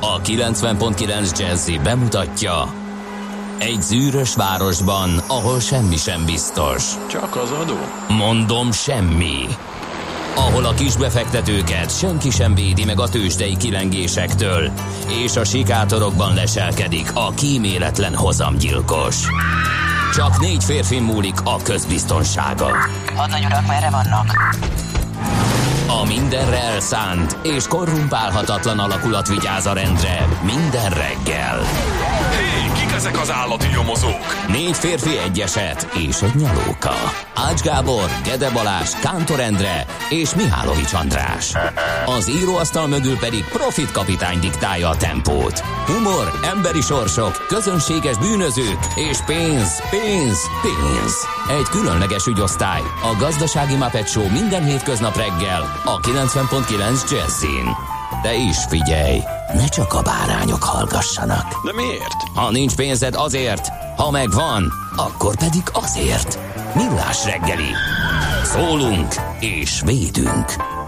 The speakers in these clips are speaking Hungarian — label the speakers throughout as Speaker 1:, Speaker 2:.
Speaker 1: A 90.9 Jazzy bemutatja: egy zűrös városban, ahol semmi sem biztos.
Speaker 2: Csak az adó?
Speaker 1: Mondom, semmi. Ahol a kisbefektetőket senki sem védi meg a tőzsdei kilengésektől, és a sikátorokban leselkedik a kíméletlen hozamgyilkos. Csak 4 férfi múlik a közbiztonsága.
Speaker 3: Hadnagy urak, merre vannak?
Speaker 1: A mindenre elszánt és korrumpálhatatlan alakulat vigyáz a rendre minden reggel.
Speaker 2: Hé, kik ezek az állati nyomozók?
Speaker 1: 4 férfi, egy eset és egy nyalóka. Ács Gábor, Gede Balázs, Kántor Endre és Mihálovics András. Az íróasztal mögül pedig Profit kapitány diktálja a tempót. Humor, emberi sorsok, közönséges bűnözők és pénz, pénz, pénz. Egy különleges ügyosztály, a Gazdasági Muppet Show minden hétköznap reggel a 90.9 Jazzin. De is figyelj, ne csak a bárányok hallgassanak.
Speaker 2: De miért?
Speaker 1: Ha nincs pénzed, azért, ha megvan, akkor pedig azért. Millás reggeli. Szólunk és védünk.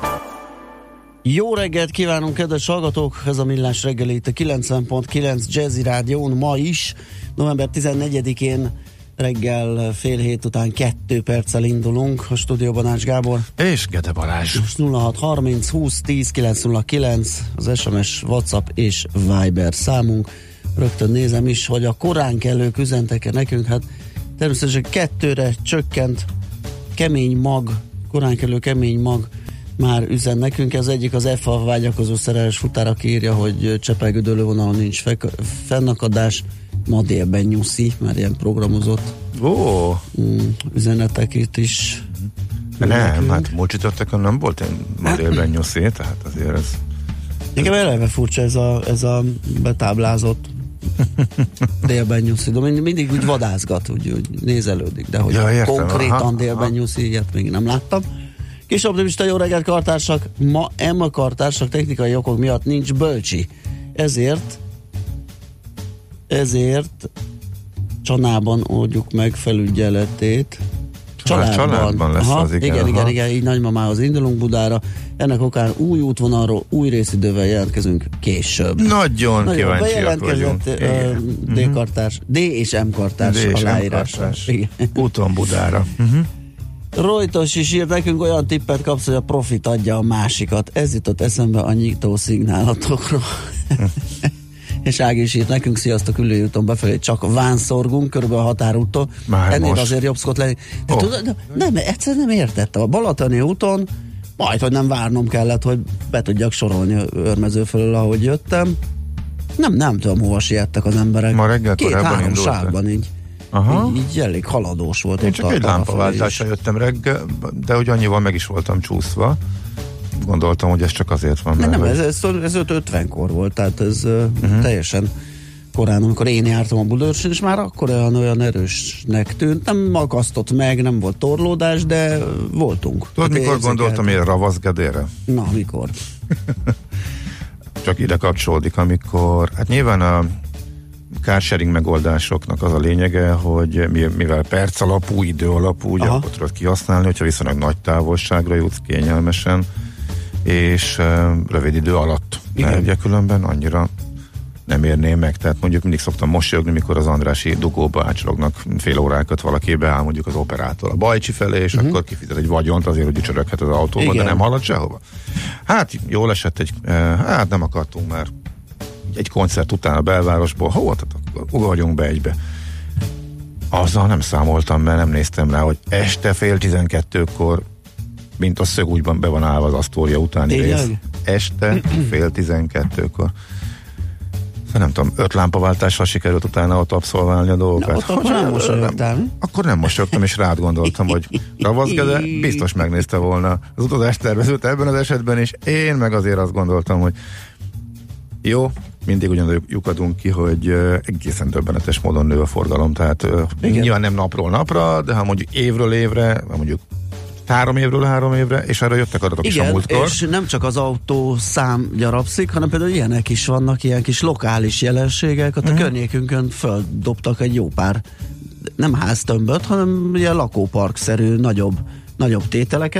Speaker 4: Jó reggelt kívánunk, kedves hallgatók! Ez a Millás reggeli itt a 90.9 Jazzy Rádión ma is, november 14-én reggel fél hét után 2 perccel indulunk. A stúdióban Ács Gábor
Speaker 5: és Gede Balázs.
Speaker 4: 0630 20 10 909 az SMS, WhatsApp és Viber számunk. Rögtön nézem is, hogy a korán kellők üzentek nekünk. Hát természetesen 2-re csökkent kemény mag, korán kellő kemény mag már üzen nekünk. Ez egyik az FA vágyakozó szerelés futár, aki írja, hogy Csepel Gödöllővonalon nincs fennakadás, ma délben nyuszi, mert ilyen programozott üzenetek itt is.
Speaker 5: Nem, hát múlt csütörtökön nem volt én ma délben nyuszi, tehát azért ez...
Speaker 4: Nekem eleve furcsa ez a betáblázott délben nyuszi, de mindig úgy vadázgat, úgy nézelődik, de hogy konkrétan délben nyuszi, ilyet még nem láttam. Kis optimista, jó reggelt, kartársak! Ma a kartársak technikai okok miatt nincs bölcsi. Ezért Csanában oldjuk meg felügyeletét.
Speaker 5: Családban lesz. Aha, az,
Speaker 4: igen, így nagymamához indulunk Budára. Ennek okán új útvonalról, új részidővel jelentkezünk később.
Speaker 5: Nagyon kíváncsiak vagyunk.
Speaker 4: D-kartárs, D és M kartárs aláírás.
Speaker 5: Úton Budára.
Speaker 4: Rojtos is írt nekünk, olyan tippet kapsz, hogy a Profit adja a másikat. Ez jutott eszembe a nyitó szignálatokról. És Ági is írt nekünk, sziasztok, Ülői úton befelé csak vánszorgunk, körülbelül a határúttól. Ennél most azért jobb szokott lenni. De tudod, egyszerűen nem értettem. A Balatoni úton majd, hogy nem várnom kellett, hogy be tudjak sorolni Őrmező fölül, ahogy jöttem. Nem tudom, hova siettek az emberek.
Speaker 5: Ma reggel korábban
Speaker 4: 2-3 sávban így. Így elég haladós volt.
Speaker 5: Én csak egy lámpaváltásra jöttem reggel, de hogy annyival meg is voltam csúszva. Gondoltam, hogy ez csak azért van.
Speaker 4: Nem, ez 5:50-kor volt, tehát ez teljesen korán, amikor én jártam a Budaörsön, és már akkor olyan erősnek tűnt. Nem akasztott meg, nem volt torlódás, de voltunk.
Speaker 5: Tudod, mikor gondoltam én Ravaszgedére?
Speaker 4: Na, mikor?
Speaker 5: Csak ide kapcsolódik, amikor, hát nyilván a carsharing megoldásoknak az a lényege, hogy mivel perc alapú, idő alapú, ugye akkor tudod kihasználni, hogyha viszonylag nagy távolságra jutsz kényelmesen, és rövid idő alatt. Mert ugye különben annyira nem érném meg. Tehát mondjuk mindig szoktam mosolyogni, mikor az andrási dugóba ácsorognak fél órákat valaki beáll mondjuk az operától a Bajcsi felé, és akkor kifizet egy vagyont azért, hogy csöröghet az autóba, de nem halad sehova. Hát jól esett hát nem akartunk már egy koncert után a belvárosból, ugorjunk be egybe. Azzal nem számoltam, mert nem néztem rá, hogy este 11:30-kor, mint a szögúgyban be van állva az Asztória utáni rész. Este 11:30-kor. Nem tudom, 5 lámpaváltással sikerült utána ott abszolválni a dolgokat. Akkor nem mosolyogtam, és rád gondoltam, hogy Ravaszgede biztos megnézte volna az utazást tervezőt ebben az esetben, és én meg azért azt gondoltam, hogy jó, mindig ugyanúgy lyukadunk ki, hogy egészen döbbenetes módon nő a forgalom, tehát nyilván nem napról napra, de ha mondjuk évről évre, mondjuk 3 évről 3 évre, és erre jöttek adatok is a múltkor.
Speaker 4: És nem csak az autószám gyarapszik, hanem például ilyenek is vannak, ilyen kis lokális jelenségek, ott a környékünkön földobtak egy jó pár, nem háztömböt, hanem ilyen lakóparkszerű nagyobb tételeket,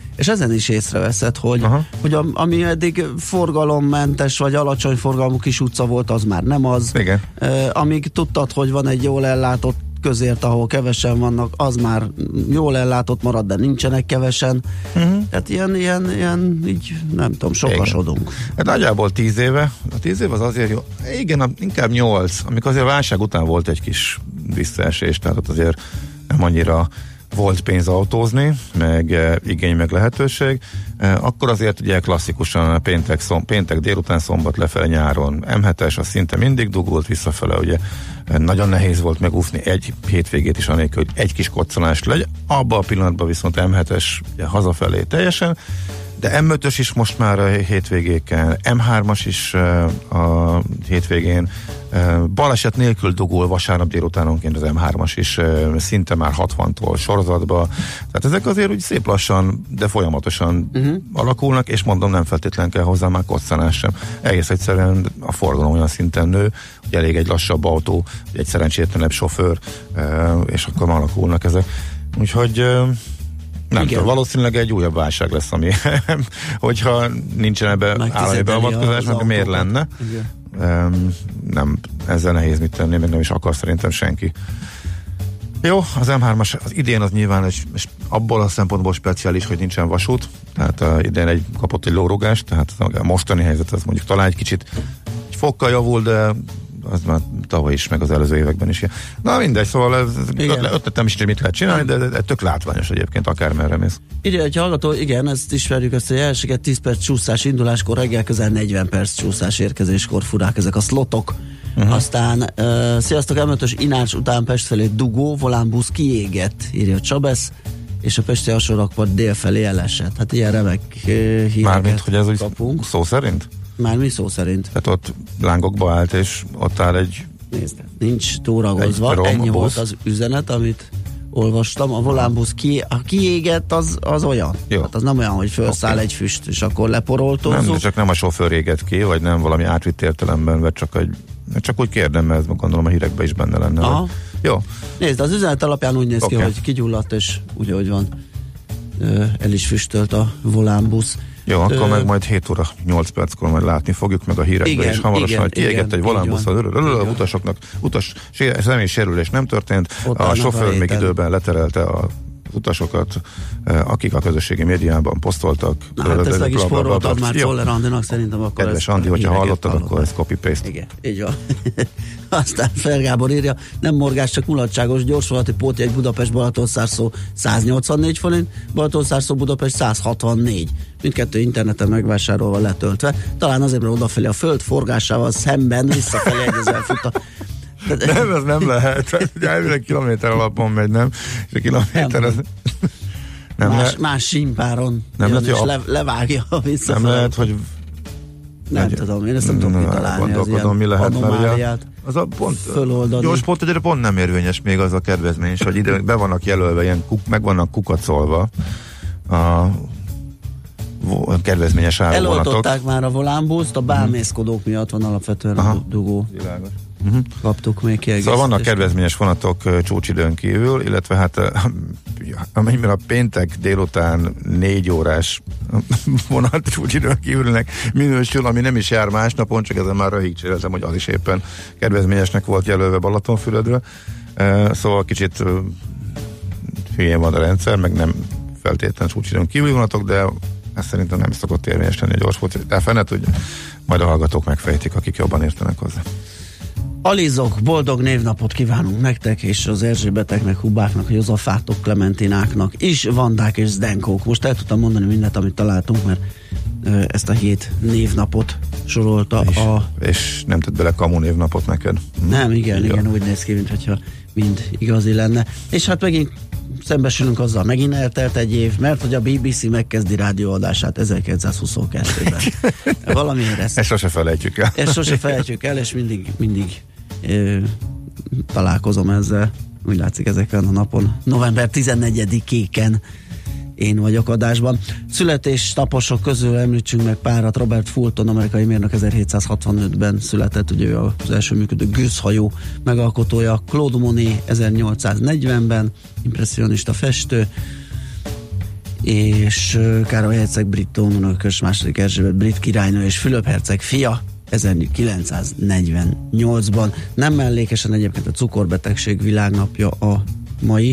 Speaker 4: és ezen is észreveszed, hogy ami eddig forgalommentes, vagy alacsony forgalmú kis utca volt, az már nem az.
Speaker 5: Igen.
Speaker 4: Amíg tudtad, hogy van egy jól ellátott közért, ahol kevesen vannak, az már jól ellátott marad, de nincsenek kevesen. Tehát ilyen így, nem tudom, sokasodunk.
Speaker 5: Hát nagyjából 10 éve. A 10 év az azért jó. Igen, inkább 8, amikor azért válság után volt egy kis visszaesés, tehát ott azért nem annyira volt pénz autózni, meg igény, meg lehetőség. Akkor azért ugye klasszikusan péntek délután, szombat lefelé nyáron M7-es, az szinte mindig dugult visszafele, ugye nagyon nehéz volt megúszni egy hétvégét is anélkül, hogy egy kis koccanást legyen. Abban a pillanatban viszont M7-es ugye, hazafelé teljesen, de M5-ös is most már a hétvégéken, M3-as is a hétvégén, baleset nélkül dugul vasárnap délutánonként az M3-as is szinte már 60-tól sorozatba. Tehát ezek azért úgy szép lassan, de folyamatosan alakulnak, és mondom, nem feltétlenül kell hozzá már koccanás sem. Egész egyszerűen a forgalom olyan szinten nő, hogy elég egy lassabb autó, egy szerencsétlenebb sofőr, és akkor alakulnak ezek. Úgyhogy nem tudom, valószínűleg egy újabb válság lesz, ami hogyha nincsen ebbe állami beavatkozás, meg miért lenne. Nem, ezzel nehéz mit tenni, meg nem is akar szerintem senki. Jó, az M3-as az idén az nyilván és abból a szempontból speciális, hogy nincsen vasút, tehát idén kapott egy lórugást, tehát a mostani helyzet az mondjuk talán egy kicsit egy fokkal javul, de az már tavaly is, meg az előző években is. Na mindegy, szóval ötletem is, hogy mit lehet csinálni, de tök látványos egyébként, akármerre mész.
Speaker 4: Ide egy hallgató, igen, ezt ismerjük, ezt a jelséget, 10 perc csúszás induláskor, reggel közel 40 perc csúszás érkezéskor furák ezek a szlotok. Aztán sziasztok, M5-ös Inács után Pest felé dugó, volánbusz kiégett, írja Csabesz, és a pesti alsórakpart délfelé elesett. Hát ilyen remek híreket
Speaker 5: mármint, hogy ez úgy
Speaker 4: kapunk.
Speaker 5: Szó szerint?
Speaker 4: Már mi szó szerint?
Speaker 5: Tehát ott lángokba állt, és ott áll egy...
Speaker 4: Nézd, nincs túragozva, ennyi volt az üzenet, amit olvastam. A volánbusz kiégett, az olyan. Jó. Hát az nem olyan, hogy felszáll egy füst, és akkor leporoltózunk.
Speaker 5: Nem, csak nem a sofőr égett ki, vagy nem valami átvitt értelemben, vagy csak úgy kérdem, mert gondolom a hírekben is benne lenne.
Speaker 4: Aha.
Speaker 5: Vagy. Jó.
Speaker 4: Nézd, az üzenet alapján úgy néz ki, hogy kigyulladt, és úgy, ahogy van, el is füstölt a volánbusz.
Speaker 5: Jó, akkor meg majd 7 óra 8 perckor majd látni fogjuk, meg a hírekben, és hamarosan, hogy kiégett egy volánbusz, utasoknak személyi sérülés nem történt, a sofőr még időben leterelte a utasokat, akik a közösségi médiában posztoltak.
Speaker 4: Hát ezt meg is forroltad már Czoller Andinak, szerintem akkor
Speaker 5: kedves Andi, hogyha hallottad, akkor ez copy-paste.
Speaker 4: Igen, így van. Aztán Fergábor írja, nem morgás, csak mulatságos, gyorsulati pótjegy Budapest-Balatonszárszó 184 forint, Balatonszárszó Budapest 164. Mindkettő interneten megvásárolva, letöltve. Talán azért, mert odafelé a föld forgásával szemben visszafelé egyezel fut a...
Speaker 5: Nem, ez nem lehet. Elvileg kilométer alapon megy, nem? És a kilométer az...
Speaker 4: Más símpáron
Speaker 5: nem
Speaker 4: jön,
Speaker 5: lehet,
Speaker 4: és levágja visszafelé.
Speaker 5: Nem lehet, hogy...
Speaker 4: Nem tudom, én ezt nem tudom kitalálni az ilyen
Speaker 5: mi lehet,
Speaker 4: anomáliát
Speaker 5: az a pont,
Speaker 4: föloldani.
Speaker 5: Gyors pont, egyre pont nem érvényes még az a kedvezmény, hogy ide be vannak jelölve, ilyen meg vannak kukacolva a kedvezményes áruvonatok.
Speaker 4: Eloltották már a volánbuszt, a bálmészkodók miatt van alapvetően a dugó.
Speaker 5: Világos.
Speaker 4: Kaptuk még kiegészítést.
Speaker 5: Szóval vannak kedvezményes vonatok csúcsidőn kívül, illetve hát amennyiben a péntek délután 4 órás vonat csúcsidőn kívülnek minősül, ami nem is jár másnapon, csak ezen már röhig cseréltem, hogy az is éppen kedvezményesnek volt jelölve Balatonfüredről. Szóval kicsit hülyén van a rendszer, meg nem feltétlenül csúcsidőn kívüli vonatok, de ez szerintem nem szokott érvényes lenni a gyorspót. De fel ne tudja, majd a hallgatók megfejtik, akik jobban értenek hozzá.
Speaker 4: Alizok, boldog névnapot kívánunk nektek, és az Erzsébeteknek, Hubáknak, a Józsefátok, Klementináknak is, Vandák és Zdenkók. Most el tudtam mondani mindent, amit találtunk, mert ezt a 7 névnapot sorolta
Speaker 5: és nem tett bele kamu névnapot neked.
Speaker 4: Nem, igen, úgy néz ki, mintha mind igazi lenne. És hát megint szembesülünk azzal, megint eltelt egy év, mert hogy a BBC megkezdi rádióadását 1922-ben. Valamiért ezt
Speaker 5: sose felejtjük el.
Speaker 4: Ezt sose felejtjük el, és mindig találkozom ezzel. Úgy látszik ezeken a napon. November 14-éken én vagyok adásban. Születésnaposok közül említsünk meg párat. Robert Fulton, amerikai mérnök, 1765-ben született, ugye ő az első működő gőzhajó megalkotója. Claude Monet 1840-ben, impresszionista festő, és Károly herceg brit trónörökös, második Erzsébet brit királynő és Fülöp herceg fia 1948-ban. Nem mellékesen egyébként a cukorbetegség világnapja a mai.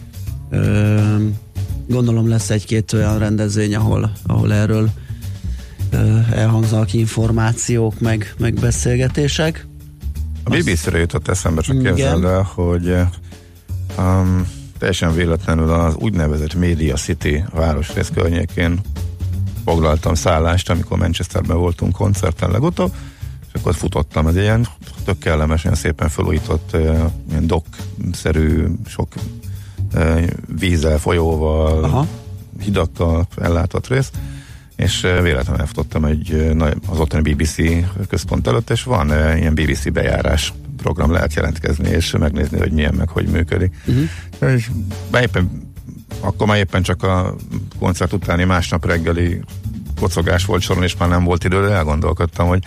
Speaker 4: Gondolom lesz egy-két olyan rendezvény, ahol erről elhangzanak információk, meg beszélgetések.
Speaker 5: A BBC-re jutott eszembe, csak képzeld el, hogy teljesen véletlenül az úgynevezett Media City városrész környékén foglaltam szállást, amikor Manchesterben voltunk koncerten legutóbb, és akkor futottam, ez ilyen tök kellemes, ilyen szépen felújított, ilyen dock-szerű, sok vízzel, folyóval, aha, hidakkal ellátott rész, és véletlenül elfutottam az ottani BBC központ előtt, és van ilyen BBC bejárás program, lehet jelentkezni, és megnézni, hogy milyen, meg hogy működik. És akkor már éppen csak a koncert utáni másnap reggeli kocogás volt soron, és már nem volt idő, de elgondolkodtam, hogy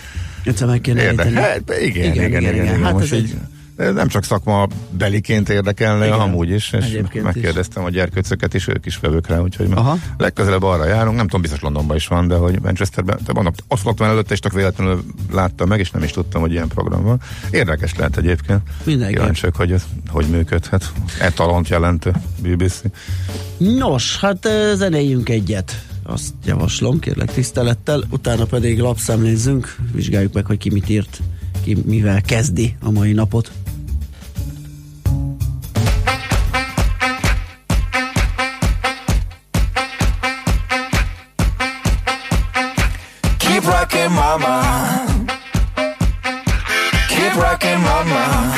Speaker 5: igen. Hát most így nem csak szakma beliként érdekelne, amúgy is, és megkérdeztem a gyerkőcöket is, ők is vevők rá, úgyhogy legközelebb arra járunk, nem tudom, biztos Londonban is van, de hogy Manchesterben, ott voltam előtte, és csak véletlenül láttam meg, és nem is tudtam, hogy ilyen program van. Érdekes lehet egyébként. Kíváncsiak, hogy ez hogy működhet. Etalont jelentő BBC.
Speaker 4: Nos, hát zenéljünk egyet. Azt javaslom, kérlek tisztelettel, utána pedig lapszemlézzünk, vizsgáljuk meg, hogy ki mit írt, ki mivel kezdi a mai napot.
Speaker 6: Keep rocking, mama. Keep rocking, mama.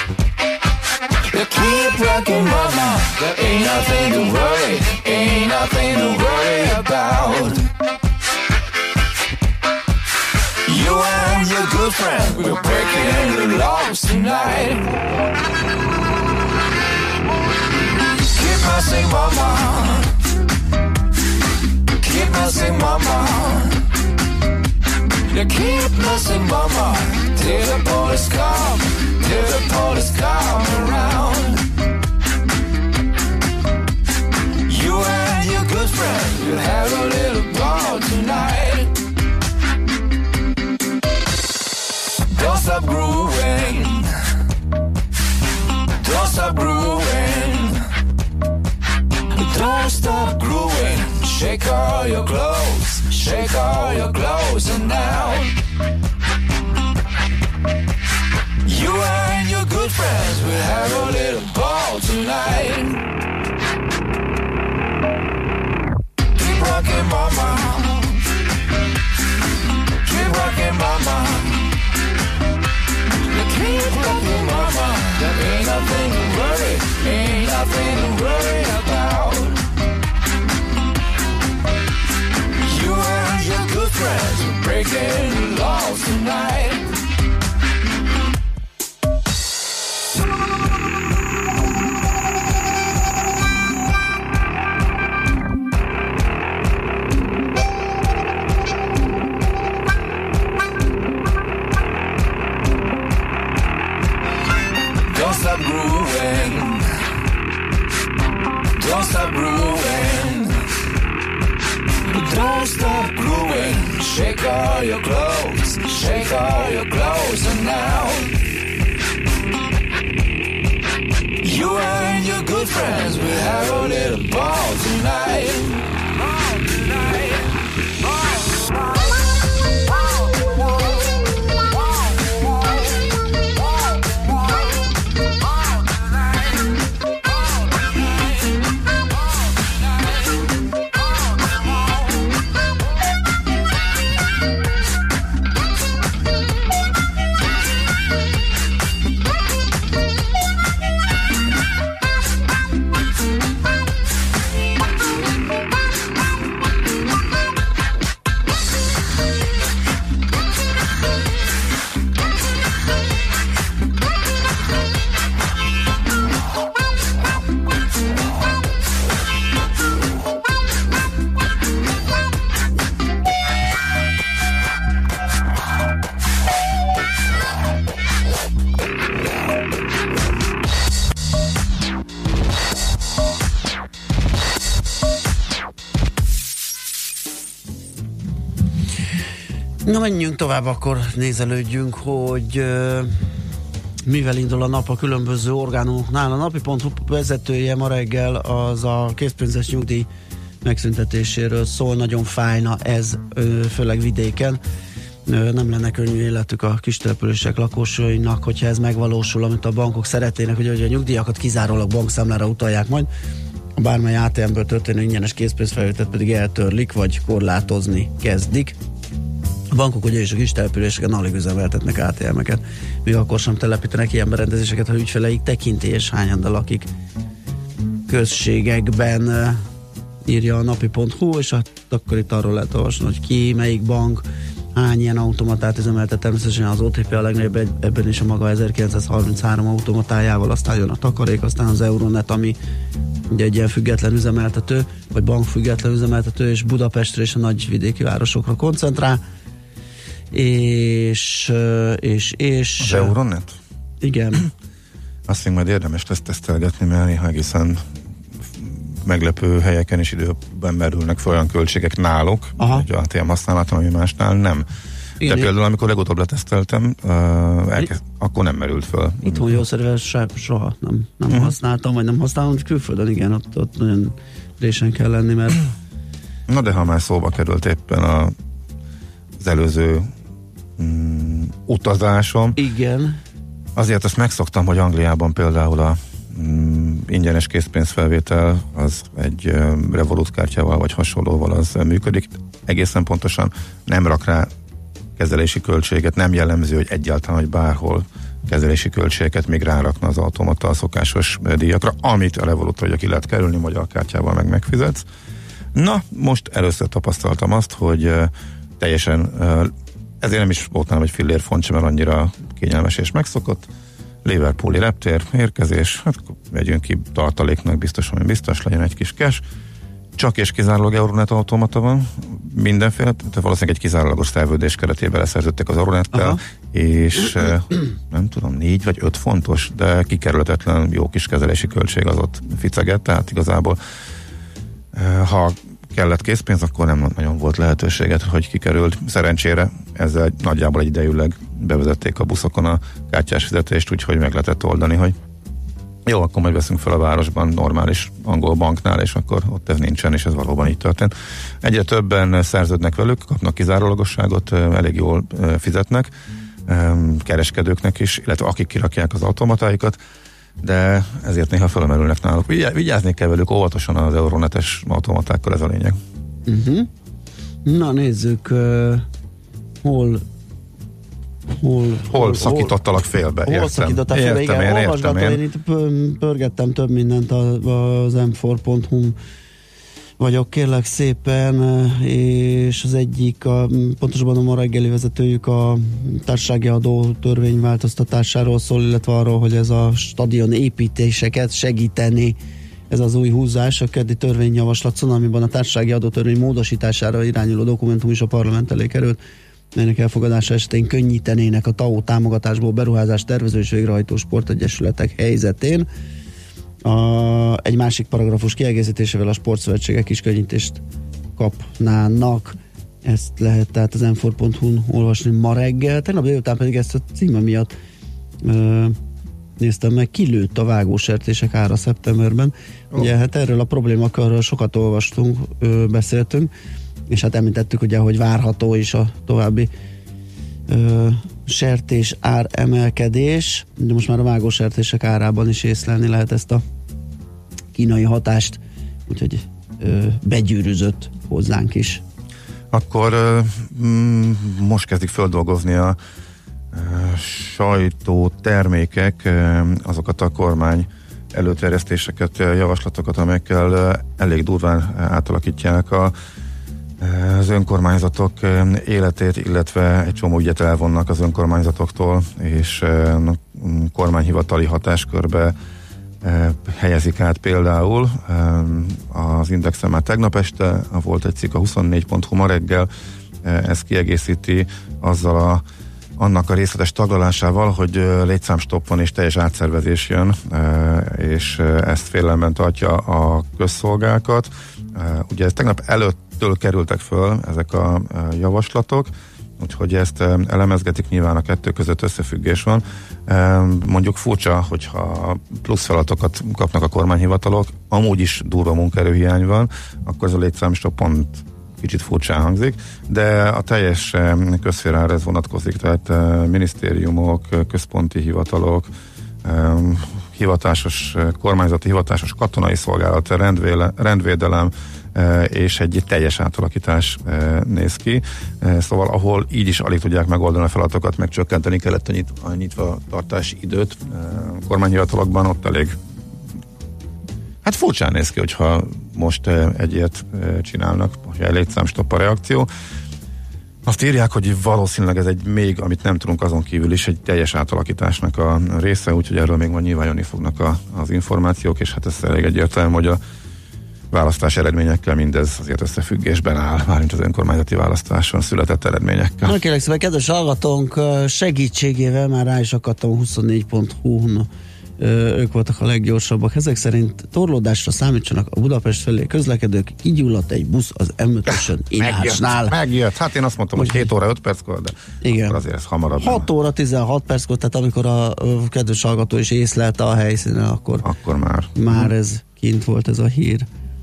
Speaker 6: Keep rocking, mama. There ain't nothing to worry, ain't nothing to worry about. You and your good friend, we're breaking the laws tonight. Keep messing, mama. Keep messing, mama. You keep messing, mama. Till the police come, till the police come around. You and your good friend will have a little ball tonight. Don't stop grooving. Don't stop grooving. Don't stop grooving. Shake all your clothes. Shake all your clothes and now. You and your good friends will have a little ball tonight. Keep rocking, mama. Keep rocking, mama. Keep rocking, mama. There ain't nothing to worry, ain't nothing to worry about. You and your good friends are breaking the laws tonight. Don't stop grooving. Don't stop grooving. Don't stop grooving. Shake all your clothes. Shake all your clothes and now. You and your good friends will have a little ball tonight. Ball tonight. Ball tonight.
Speaker 4: Na menjünk tovább, akkor nézelődjünk, hogy mivel indul a nap a különböző orgánumoknál. A napi.hu vezetője ma reggel az a készpénzes nyugdíj megszüntetéséről szól, nagyon fájna ez, főleg vidéken. Nem lenne könnyű életük a kistelepülések lakosainak, hogyha ez megvalósul, amit a bankok szeretnének, hogy a nyugdíjakat kizárólag bankszámlára utalják majd, a bármely ATM-ből történő ingyenes készpénzfelvételt pedig eltörlik, vagy korlátozni kezdik. A bankok ugye és a kistelepüléseken alig üzemeltetnek ATM-eket, még akkor sem telepítenek ilyen berendezéseket, ha ügyfeleik tekintélyes hányaddal lakik községekben, írja a napi.hu, és akkor itt arról lehet olvasni, hogy ki, melyik bank, hány ilyen automatát üzemeltet. Természetesen az OTP a legnagyobb, ebben is a maga 1933 automatájával, aztán jön a Takarék, aztán az Euronet, ami ugye egy ilyen független üzemeltető, vagy bankfüggetlen üzemeltető, és Budapestre és a nagy vidéki városokra koncentrál. És
Speaker 5: az Euronet?
Speaker 4: Igen.
Speaker 5: Azt még majd érdemes ezt tesztelgetni, mert néha egészen meglepő helyeken és időben merülnek fel olyan költségek náluk, hogy a ATM használatom, ami másnál nem. Igen, de például, amikor legutóbb leteszteltem, akkor nem merült föl.
Speaker 4: Itthon jószerűen soha nem használtam, vagy nem használom, hogy külföldön igen, ott nagyon résen kell lenni, mert...
Speaker 5: Na de ha már szóba került éppen az előző utazásom.
Speaker 4: Igen.
Speaker 5: Azért azt megszoktam, hogy Angliában például a ingyenes készpénzfelvétel az egy Revolut kártyával vagy hasonlóval az működik. Egészen pontosan nem rak rá kezelési költséget, nem jellemző, hogy egyáltalán, hogy bárhol kezelési költségeket még rárakna az automata a szokásos díjakra, amit a Revolut, hogy ki lehet kerülni, magyar kártyával megfizetsz. Na, most először tapasztaltam azt, hogy teljesen, ezért nem is volt nálam egy fillér font sem, mert annyira kényelmes és megszokott. Liverpooli reptér, érkezés, hát megyünk ki tartaléknak, biztos legyen egy kis cash. Csak és kizárólag Euronet automata van, mindenféle, tehát valószínűleg egy kizárólagos szerződés keretében leszerződtek az Euronettel, és nem tudom, 4 vagy 5 fontos, de kikerülhetetlen jó kis kezelési költség az ott ficegett, tehát igazából ha kellett készpénz, akkor nem nagyon volt lehetőséget, hogy kikerült. Szerencsére ezzel nagyjából egyidejűleg bevezették a buszokon a kártyás fizetést, úgyhogy meg lehetett oldani, hogy jó, akkor majd veszünk fel a városban normális angol banknál, és akkor ott ez nincsen, és ez valóban így történt. Egyre többen szerződnek velük, kapnak kizárólagosságot, elég jól fizetnek, kereskedőknek is, illetve akik kirakják az automatáikat, de ezért néha felemelülnek náluk. Vigyázni kell velük óvatosan az Euronetes automatákkal, ez a lényeg.
Speaker 4: Na nézzük, hol
Speaker 5: szakítottalak félbe.
Speaker 4: Hol szakítottak félbe, igen. Olvasgatom, én itt pörgettem több mindent az m4.hu vagyok, kérlek szépen, és az egyik, pontosabban a ma reggeli vezetőjük a társasági adó törvény változtatásáról szól, illetve arról, hogy ez a stadion építéseket segíteni, ez az új húzás, a keddi törvényjavaslat, amiben a társasági adótörvény módosítására irányuló dokumentum is a parlament elé került, melynek elfogadása esetén könnyítenének a TAO támogatásból beruházás tervező és végrehajtó sportegyesületek helyzetén. Egy másik paragrafus kiegészítésével a sportszövetségek is könnyítést kapnának. Ezt lehet tehát az m4.hu-n olvasni ma reggel. Tegnap délután pedig ezt a címe miatt néztem meg, kilőtt a vágósertések ára szeptemberben. Ugye hát erről a problémakörről sokat olvastunk, beszéltünk, és hát említettük ugye, hogy várható is a további sertés ár emelkedés, de most már a vágósertések árában is észlelni lehet ezt a kínai hatást, úgyhogy begyűrűzött hozzánk is.
Speaker 5: Akkor most kezdik földolgozni a sajtótermékek azokat a kormány előterjesztéseket, javaslatokat, amelyekkel elég durván átalakítják az önkormányzatok életét, illetve egy csomó ügyet elvonnak az önkormányzatoktól, és kormányhivatali hatáskörbe helyezik át például. Az Indexen már tegnap este volt egy cikk, a 24.hu ma reggel, ez kiegészíti azzal annak a részletes taglalásával, hogy létszámstopp van és teljes átszervezés jön, és ezt félelemben tartja a közszolgákat. Ugye ez tegnap előttől kerültek föl ezek a javaslatok, úgyhogy ezt elemezgetik, nyilván a kettő között összefüggés van. Mondjuk furcsa, hogyha plusz feladatokat kapnak a kormányhivatalok, amúgy is durva munkaerőhiány van, akkor ez a létszámstop pont kicsit furcsán hangzik, de a teljes közszférára ez vonatkozik, tehát minisztériumok, központi hivatalok, hivatásos, kormányzati hivatásos katonai szolgálat, rendvédelem és egy teljes átalakítás néz ki. Szóval ahol így is alig tudják megoldani a feladatokat, meg csökkenteni kellett a nyitva tartási időt kormányhivatalokban, ott elég hát furcsán néz ki, hogyha most egy ilyet csinálnak, hogy egy létszámstopp a reakció. Azt írják, hogy valószínűleg ez egy még, amit nem tudunk azon kívül is, egy teljes átalakításnak a része, úgyhogy erről még majd nyilván jönni fognak az információk, és hát ez elég egyértelmű, hogy a választás eredményekkel mindez azért összefüggésben áll, mármint az önkormányzati választáson született eredményekkel.
Speaker 4: Na kérlek szépen, kedves hallgatónk segítségével már rá is akadtam a 24.hu-n, ők voltak a leggyorsabbak. Ezek szerint torlódásra számítsanak a Budapest felé közlekedők, kigyulladt egy busz az M5-ösön Inácsnál.
Speaker 5: Megjött. Hát én azt mondtam, hogy 7 óra 5 perckor, de igen. Akkor azért ez hamarabb.
Speaker 4: 6 óra 16 perckor, tehát amikor a kedves hallgató is észlelte a helyszínen, akkor már ez kint volt ez a hír.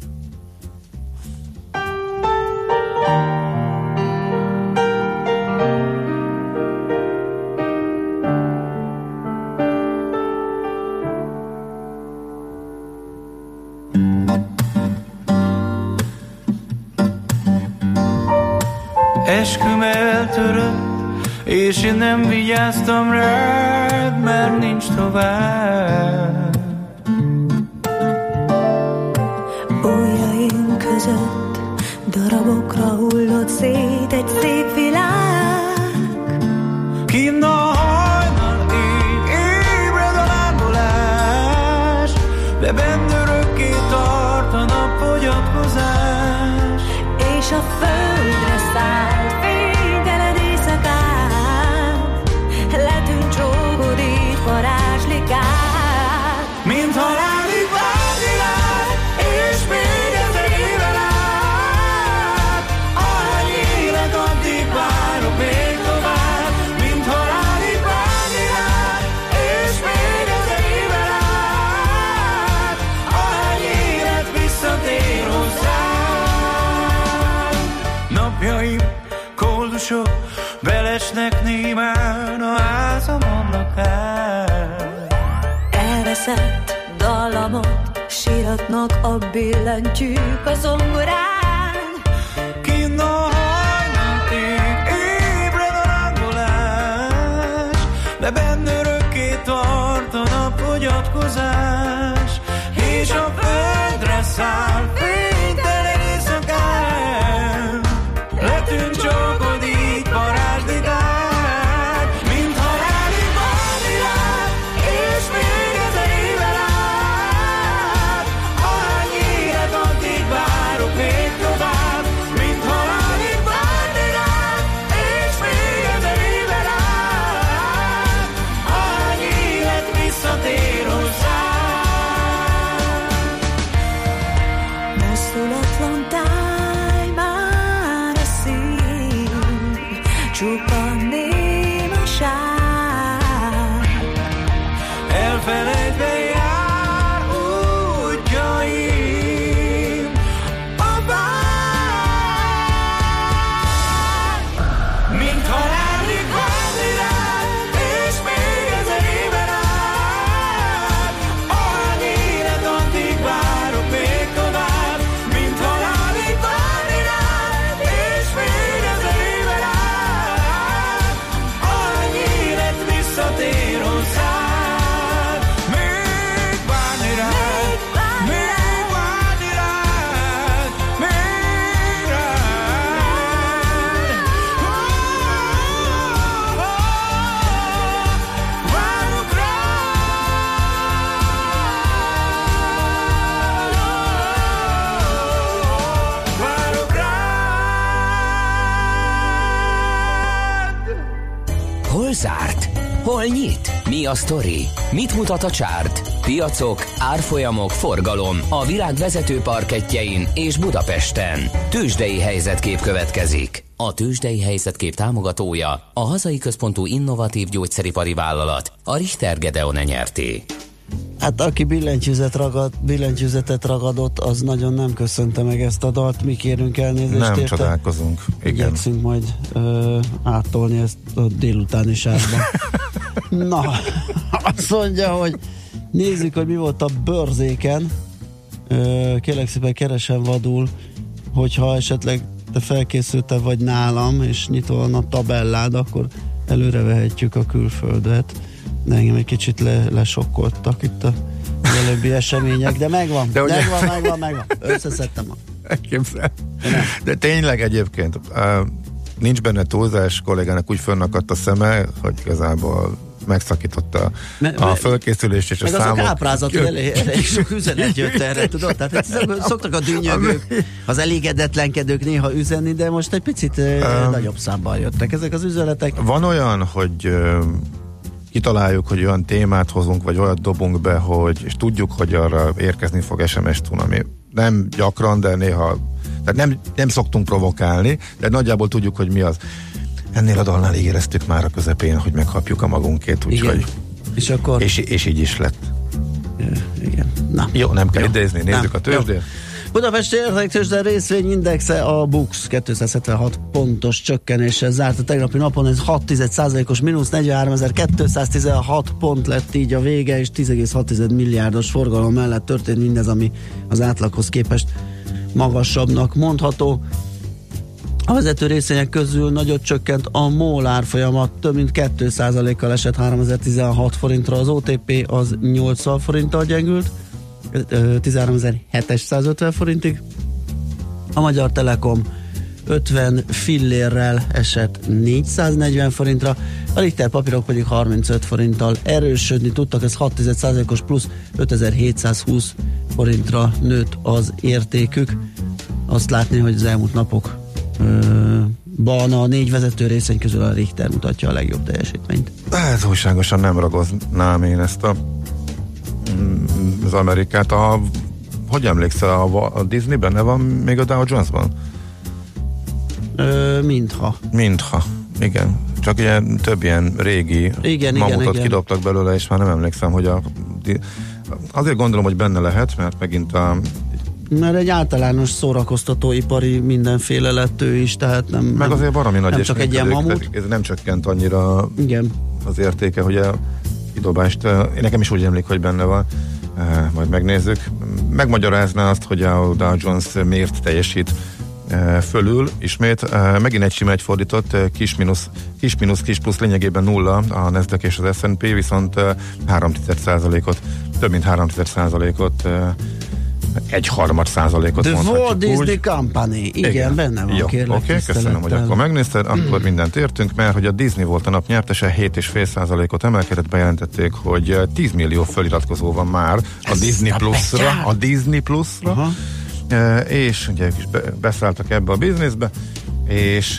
Speaker 6: Esküm eltörött, és én nem vigyáztam rád, mert nincs tovább.
Speaker 7: Ujjaim között darabokra hullott szét egy szép világ.
Speaker 6: Kinn a hajnal ég, ébred a lángolás, de benned örökké tart a napfogyatkozás.
Speaker 7: És a földre száll fénytelen éjszakán, letűnt csókodít varázslik át.
Speaker 6: Mint halálig várni rád, és még 1000 éven át, ahány élet addig várok még tovább. Mint halálig várni rád, és még 1000 éven át, ahány élet visszatér hozzá. Napjaim koldusok, belesnek némán a házam ablakán.
Speaker 7: Elveszett dallamot síratnak a billentyűk a zongorán.
Speaker 6: Kinn a hajnal ég, ébred a lángolás, de benne örökké tart a napfogyatkozás. És a földre száll fénytelen éjszakán, letűnt csókodít varázslik át. Mint halálig várni rád, és még 1000 éven át, ahány élet addig várok még tovább. Mint halálig várni rád, és még 1000 éven át, ahány élet visszatér hozzá.
Speaker 7: Mozdulatlan táj már a szív, csupa némaság.
Speaker 6: Elfelejtve jár útjaim a vágy. Mint halálig várni rád, és még 1000 éven át, ahány élet addig várok még tovább. Mint halálig várni rád, és még 1000 éven át, ahány élet visszatér hozzád. Még várni rád, még várni rád, még rád. Várok rád, várok rád.
Speaker 1: Hol zárt? Hol nyit? Mi a sztori? Mit mutat a csárt? Piacok, árfolyamok, forgalom a világ vezető parkettjein és Budapesten. Tőzsdei helyzetkép következik. A tőzsdei helyzetkép támogatója, a hazai központú innovatív gyógyszeripari vállalat, a Richter Gedeon nyerté.
Speaker 4: Hát aki billentyűzetet ragadott, az nagyon nem köszönte meg ezt a dalt, mi kérünk elnézést
Speaker 5: Nem
Speaker 4: érte.
Speaker 5: csodálkozunk. Igen.
Speaker 4: Igyekszünk majd áttolni ezt a délutáni sávba. Na, azt mondja, hogy nézzük, hogy mi volt a bőrzéken. Kérlek szépen keresem vadul, hogyha esetleg te felkészülted vagy nálam, és nyitva van a tabellád, akkor előre vehetjük a külföldet. De engem egy kicsit lesokkoltak itt az előbbi események, de megvan, megvan. Összeszedtem.
Speaker 5: De tényleg egyébként nincs benne túlzás, kollégának úgy fönnakadt a szeme, hogy igazából megszakította a fölkészülést és a számok.
Speaker 4: Meg az a káprázat, hogy elég sok üzenet jött erre, tudod? Tehát szoktak a dűnyögők, az elégedetlenkedők néha üzenni, de most egy picit nagyobb számban jöttek ezek az üzenetek.
Speaker 5: Van olyan, hogy kitaláljuk, hogy olyan témát hozunk, vagy olyat dobunk be, és tudjuk, hogy arra érkezni fog SMS cunami. Nem gyakran, de néha, tehát nem szoktunk provokálni, de nagyjából tudjuk, hogy mi az. Ennél a dalnál éreztük már a közepén, hogy megkapjuk a magunkét, úgyhogy...
Speaker 4: És akkor...
Speaker 5: És így is lett.
Speaker 4: Igen. Na.
Speaker 5: Jó, nem kell idézni, nézzük a tőzsdét.
Speaker 4: Budapesti értéktőzsde részvényindexe a BUX 276 pontos csökkenéssel zárt a tegnapi napon, ez 6,1%-os mínusz, 43.216 pont lett így a vége, és 10,6 milliárdos forgalom mellett történt mindez, ami az átlaghoz képest magasabbnak mondható. A vezető részvények közül nagyot csökkent a MOL árfolyama, több mint 2%-kal esett 3016 forintra, az OTP az 80 forinttal gyengült, 13.750 forintig. A Magyar Telekom 50 fillérrel esett 440 forintra, a Richter papírok pedig 35 forinttal erősödni tudtak, ez 6,1%-os plusz, 5720 forintra nőtt az értékük. Azt látni, hogy az elmúlt napokban a 4 vezető részvény közül a Richter mutatja a legjobb teljesítményt.
Speaker 5: Ez újságosan nem ragoznám én ezt az Amerikát. Hogy emlékszel, a Disney benne van még a Dow Jones-ban? Mintha. Igen. Csak ilyen több ilyen régi mamutot kidobtak belőle, és már nem emlékszem, hogy azért gondolom, hogy benne lehet, mert megint
Speaker 4: mert egy általános szórakoztatóipari mindenféle lett ő is, tehát nem...
Speaker 5: Meg azért baromi nagy, és
Speaker 4: csak egy ilyen mamut.
Speaker 5: Ez nem csökkent annyira
Speaker 4: igen.
Speaker 5: Az értéke, hogy a kidobást, nekem is úgy emlék, hogy benne van, majd megnézzük. Megmagyarázná azt, hogy a Dow Jones miért teljesít fölül, ismét, megint egy sima egyfordított, kis plusz, lényegében nulla a Nasdaq és az S&P, viszont 3,1%-ot, több mint 3,1%-ot 1/3%-ot
Speaker 4: The
Speaker 5: mondhatjuk
Speaker 4: Walt Disney Company. Igen, benne van, kérlek.
Speaker 5: Oké, köszönöm, hogy akkor megnézted, akkor mindent értünk, mert hogy a Disney volt a nap nyertese, 7,5%-ot emelkedett, bejelentették, hogy 10 millió feliratkozó van már a Disney Plus-ra, és ugye ők is beszálltak ebbe a bizniszbe, és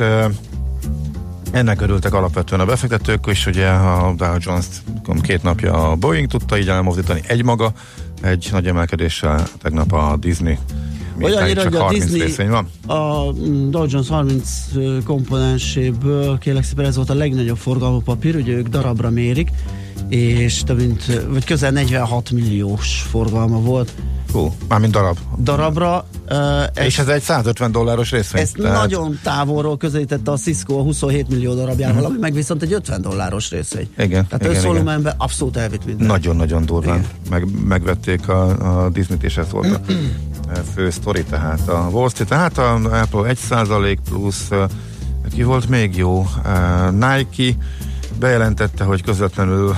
Speaker 5: ennek örültek alapvetően a befektetők, és ugye a Dow Jones-t 2 napja a Boeing tudta így elmozdítani egymaga, egy nagy emelkedéssel, tegnap a Disney.
Speaker 4: Olyannyira, hogy a
Speaker 5: Disney van.
Speaker 4: A Dow Jones 30 komponenséből kérlek szépen ez volt a legnagyobb forgalmú papír, ugye ők darabra mérik, és több mint, vagy közel 46 milliós forgalma volt.
Speaker 5: Mármint darabra. És ez egy $150 részvény.
Speaker 4: Ezt nagyon távolról közelítette a Cisco a 27 millió darabjával, ami meg viszont egy $50 részvény.
Speaker 5: Igen.
Speaker 4: Tehát összvolumenben abszolút elvitt minden.
Speaker 5: Nagyon-nagyon durván megvették a Disney-t, és ez volt a fő sztori, tehát a Wall Street, tehát a Apple 1% plusz, ki volt még jó? Nike bejelentette, hogy közvetlenül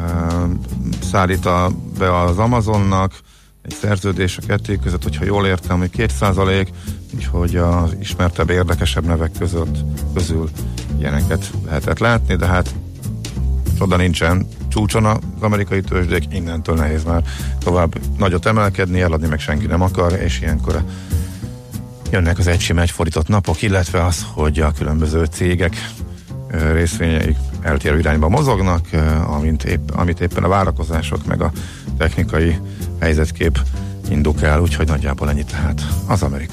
Speaker 5: szállít be az Amazonnak egy szerződés a kettő között, hogyha jól értem, hogy 2%, úgyhogy az ismertebb, érdekesebb nevek közül ilyeneket lehetett látni, de hát csoda nincsen, csúcson az amerikai tőzsdék, innentől nehéz már tovább nagyot emelkedni, eladni meg senki nem akar, és ilyenkor jönnek az egysima egyfordított napok, illetve az, hogy a különböző cégek részvényeik eltérő irányba mozognak, amit éppen a várakozások meg a technikai helyzetkép indukál, úgyhogy nagyjából ennyi tehát az Amerika.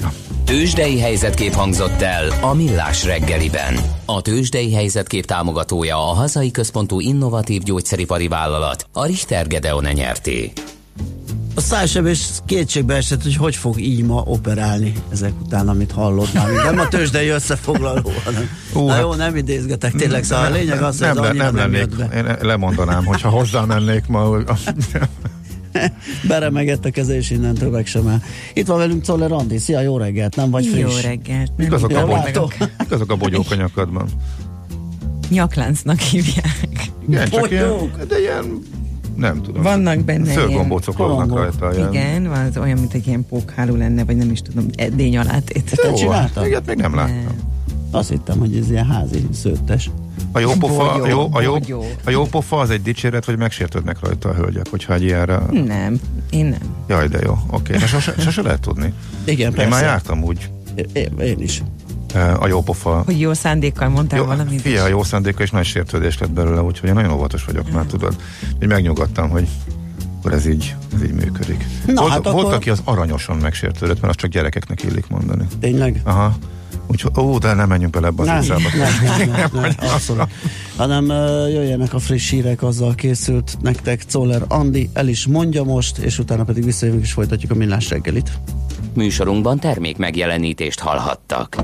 Speaker 1: Tőzsdei helyzetkép hangzott el a Millás reggeliben. A Tőzsdei helyzetkép támogatója a hazai központú innovatív gyógyszeripari vállalat, a Richter Gedeon nyerté.
Speaker 4: A Szájsebés kétségbe esett, hogy fog így ma operálni ezek után, amit hallott már. Nem a tőzsdei összefoglaló, hanem. Na jó, nem idézgetek tényleg, szóval a lényeg az, hogy
Speaker 5: nem lennék, én lemondanám, hogyha hozzá mennék ma.
Speaker 4: Beremegett a keze, és innentől meg sem el. Itt van velünk Czoller Andi. Szia, jó reggelt, nem vagy friss?
Speaker 8: Jó reggelt.
Speaker 5: Mik azok a bogyók a nyakadban?
Speaker 8: Nyakláncnak hívják.
Speaker 5: Igen, csak ilyen, de ilyen, nem tudom.
Speaker 8: Vannak benne
Speaker 5: szőrgombócok vannak rajta.
Speaker 8: Igen, az olyan, mint egy ilyen pókháló lenne, vagy nem is tudom, edény alátét.
Speaker 4: Te csináltad?
Speaker 5: Ilyet még nem láttam.
Speaker 4: Azt hittem, hogy ez ilyen házi szőttes.
Speaker 5: A jó pofa az egy dicséret, vagy megsértődnek rajta a hölgyek, hogyha egy ilyenre...
Speaker 8: Nem, én nem.
Speaker 5: Jaj, de jó, oké. Sose lehet tudni.
Speaker 4: Igen, persze.
Speaker 5: Én már jártam úgy.
Speaker 4: Én is.
Speaker 5: A jó pofa...
Speaker 8: Hogy jó szándékkal mondtál valamit?
Speaker 5: Figyelj, a jó szándékkal és nagy sértődés lett belőle, úgyhogy én nagyon óvatos vagyok már, tudod. Úgy megnyugodtam, hogy akkor ez így működik. Volt, aki az aranyosan megsértődött, mert azt csak gyerekeknek illik mondani.
Speaker 4: Tényleg?
Speaker 5: Aha. Úgyhogy, de nem menjünk bele ebbe az utcába.
Speaker 4: Nem. Hanem jöjjenek a friss hírek, azzal készült nektek Czoller Andi, el is mondja most, és utána pedig visszajövünk és folytatjuk a Millás reggelit.
Speaker 1: Műsorunkban termék megjelenítést hallhattak.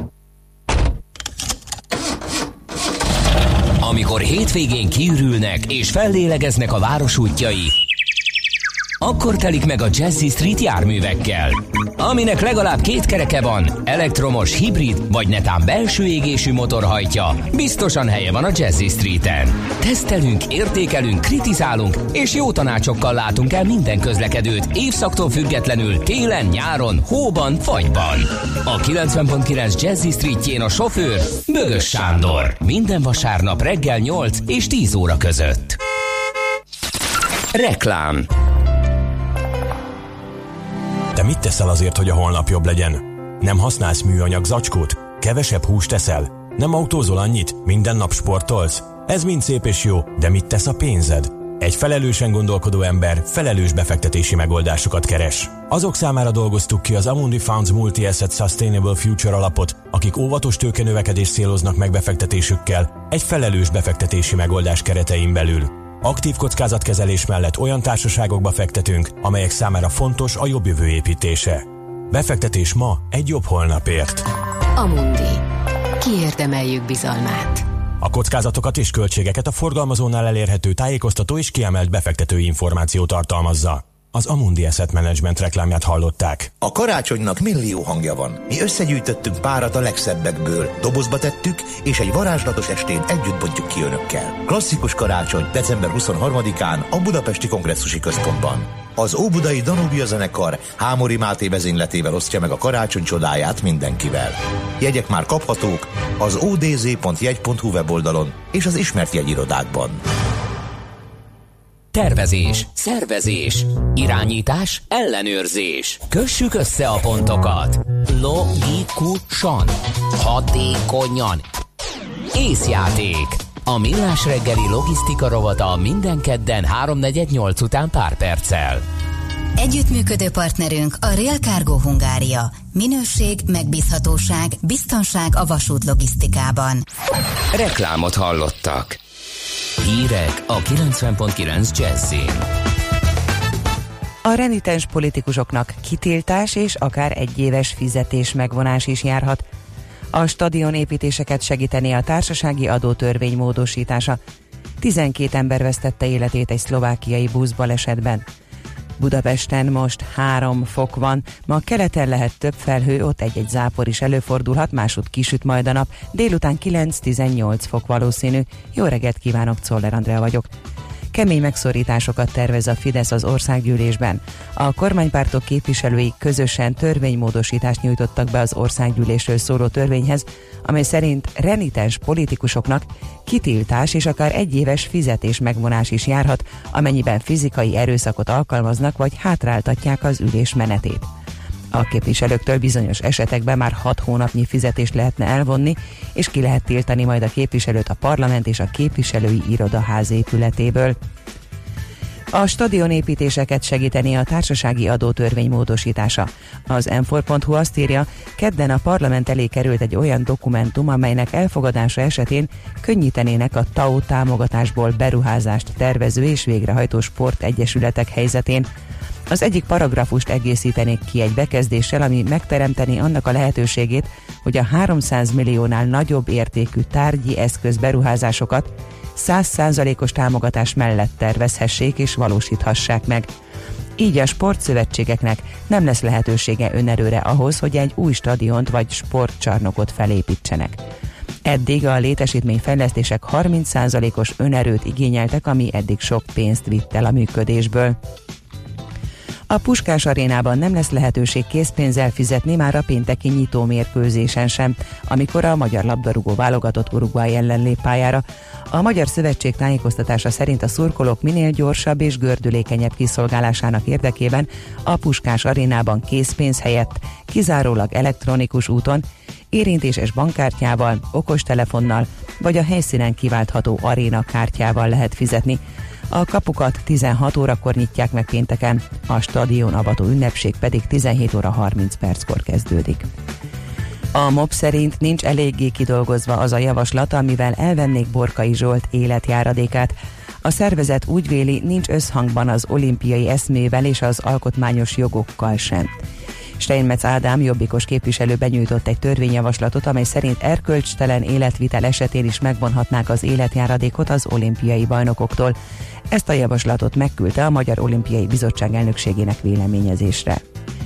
Speaker 1: Amikor hétvégén kiürülnek és fellélegeznek a város útjai, akkor telik meg a Jazzy Street járművekkel, aminek legalább 2 kereke van, elektromos, hibrid vagy netán belső égésű motor hajtja. Biztosan helye van a Jazzy Streeten. Tesztelünk, értékelünk, kritizálunk és jó tanácsokkal látunk el minden közlekedőt évszaktól függetlenül télen, nyáron, hóban, fagyban. A 90.9 Jazzy Streetjén a sofőr Bögös Sándor. Minden vasárnap reggel 8 és 10 óra között. Reklám.
Speaker 9: Te mit teszel azért, hogy a holnap jobb legyen? Nem használsz műanyag zacskót? Kevesebb húst eszel? Nem autózol annyit? Minden nap sportolsz? Ez mind szép és jó, de mit tesz a pénzed? Egy felelősen gondolkodó ember felelős befektetési megoldásokat keres. Azok számára dolgoztuk ki az Amundi Funds Multi-Asset Sustainable Future alapot, akik óvatos tőkenövekedést céloznak meg befektetésükkel egy felelős befektetési megoldás keretein belül. Aktív kockázatkezelés mellett olyan társaságokba fektetünk, amelyek számára fontos a jobb jövő építése. Befektetés ma egy jobb holnapért.
Speaker 10: Amundi. Kiérdemeljük bizalmát.
Speaker 9: A kockázatokat és költségeket a forgalmazónál elérhető tájékoztató és kiemelt befektetői információ tartalmazza. Az Amundi Asset Management reklámját hallották.
Speaker 11: A karácsonynak millió hangja van. Mi összegyűjtöttünk párat a legszebbekből, dobozba tettük, és egy varázslatos estén együtt bontjuk ki önökkel. Klasszikus karácsony december 23-án a Budapesti Kongresszusi Központban. Az óbudai Danubia zenekar Hámori Máté vezényletével osztja meg a karácsony csodáját mindenkivel. Jegyek már kaphatók az odz.jegy.hu weboldalon és az ismert jegyirodákban.
Speaker 1: Tervezés, szervezés, irányítás, ellenőrzés. Kössük össze a pontokat. Logikusan, hatékonyan. Észjáték. A Millás reggeli logisztika rovata minden kedden 3:48 után pár perccel.
Speaker 10: Együttműködő partnerünk a Rail Cargo Hungária. Minőség, megbízhatóság, biztonság a vasút logisztikában.
Speaker 1: Reklámot hallottak. Hírek a 90.9 Jazzyn.
Speaker 8: A renitens politikusoknak kitiltás és akár 1 éves fizetés megvonás is járhat. A stadionépítéseket segítené a társasági adótörvény módosítása. 12 ember vesztette életét egy szlovákiai buszbalesetben. Budapesten most 3 fok van, ma keleten lehet több felhő, ott egy-egy zápor is előfordulhat, másút kisüt majd a nap, délután 9-18 fok valószínű. Jó reggelt kívánok, Czoller Andrea vagyok. Kemény megszorításokat tervez a Fidesz az országgyűlésben. A kormánypártok képviselői közösen törvénymódosítást nyújtottak be az országgyűlésről szóló törvényhez, amely szerint renitens politikusoknak kitiltás és akár 1 éves fizetés megvonás is járhat, amennyiben fizikai erőszakot alkalmaznak vagy hátráltatják az ülés menetét. A képviselőktől bizonyos esetekben már 6 hónapnyi fizetést lehetne elvonni, és ki lehet tiltani majd a képviselőt a parlament és a képviselői iroda házépületéből. A stadionépítéseket segíteni a társasági adótörvény módosítása. Az m4.hu azt írja, kedden a parlament elé került egy olyan dokumentum, amelynek elfogadása esetén könnyítenének a TAO támogatásból beruházást tervező és végrehajtó sportegyesületek helyzetén. Az egyik paragrafust egészítenék ki egy bekezdéssel, ami megteremteni annak a lehetőségét, hogy a 300 milliónál nagyobb értékű tárgyi eszköz beruházásokat 100%-os támogatás mellett tervezhessék és valósíthassák meg. Így a sportszövetségeknek nem lesz lehetősége önerőre ahhoz, hogy egy új stadiont vagy sportcsarnokot felépítsenek. Eddig a létesítményfejlesztések 30%-os önerőt igényeltek, ami eddig sok pénzt vitt el a működésből. A Puskás arénában nem lesz lehetőség készpénzzel fizetni már a pénteki nyitó mérkőzésen sem, amikor a magyar labdarúgó válogatott Uruguay ellen lép pályára. A Magyar Szövetség tájékoztatása szerint a szurkolók minél gyorsabb és gördülékenyebb kiszolgálásának érdekében a Puskás arénában készpénz helyett kizárólag elektronikus úton, érintéses bankkártyával, okostelefonnal vagy a helyszínen kiváltható arénakártyával lehet fizetni. A kapukat 16 órakor nyitják meg pénteken, a stadion avató ünnepség pedig 17 óra 30 perckor kezdődik. A MOP szerint nincs eléggé kidolgozva az a javaslat, amivel elvennék Borkai Zsolt életjáradékát. A szervezet úgy véli, nincs összhangban az olimpiai eszmével és az alkotmányos jogokkal sem. Steinmetz Ádám jobbikos képviselő benyújtott egy törvényjavaslatot, amely szerint erkölcstelen életvitel esetén is megvonhatnák az életjáradékot az olimpiai bajnokoktól. Ezt a javaslatot megküldte a Magyar Olimpiai Bizottság elnökségének véleményezésre.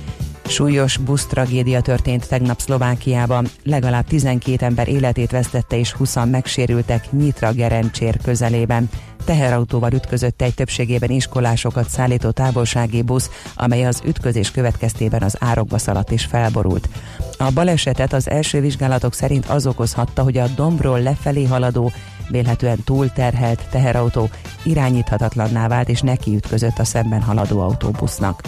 Speaker 8: Súlyos busztragédia történt tegnap Szlovákiában. Legalább 12 ember életét vesztette és 20-an megsérültek Nyitra-Gerencsér közelében. Teherautóval ütközött egy többségében iskolásokat szállító távolsági busz, amely az ütközés következtében az árokba szaladt és felborult. A balesetet az első vizsgálatok szerint az okozhatta, hogy a dombról lefelé haladó, vélhetően túlterhelt teherautó irányíthatatlanná vált és nekiütközött a szemben haladó autóbusznak.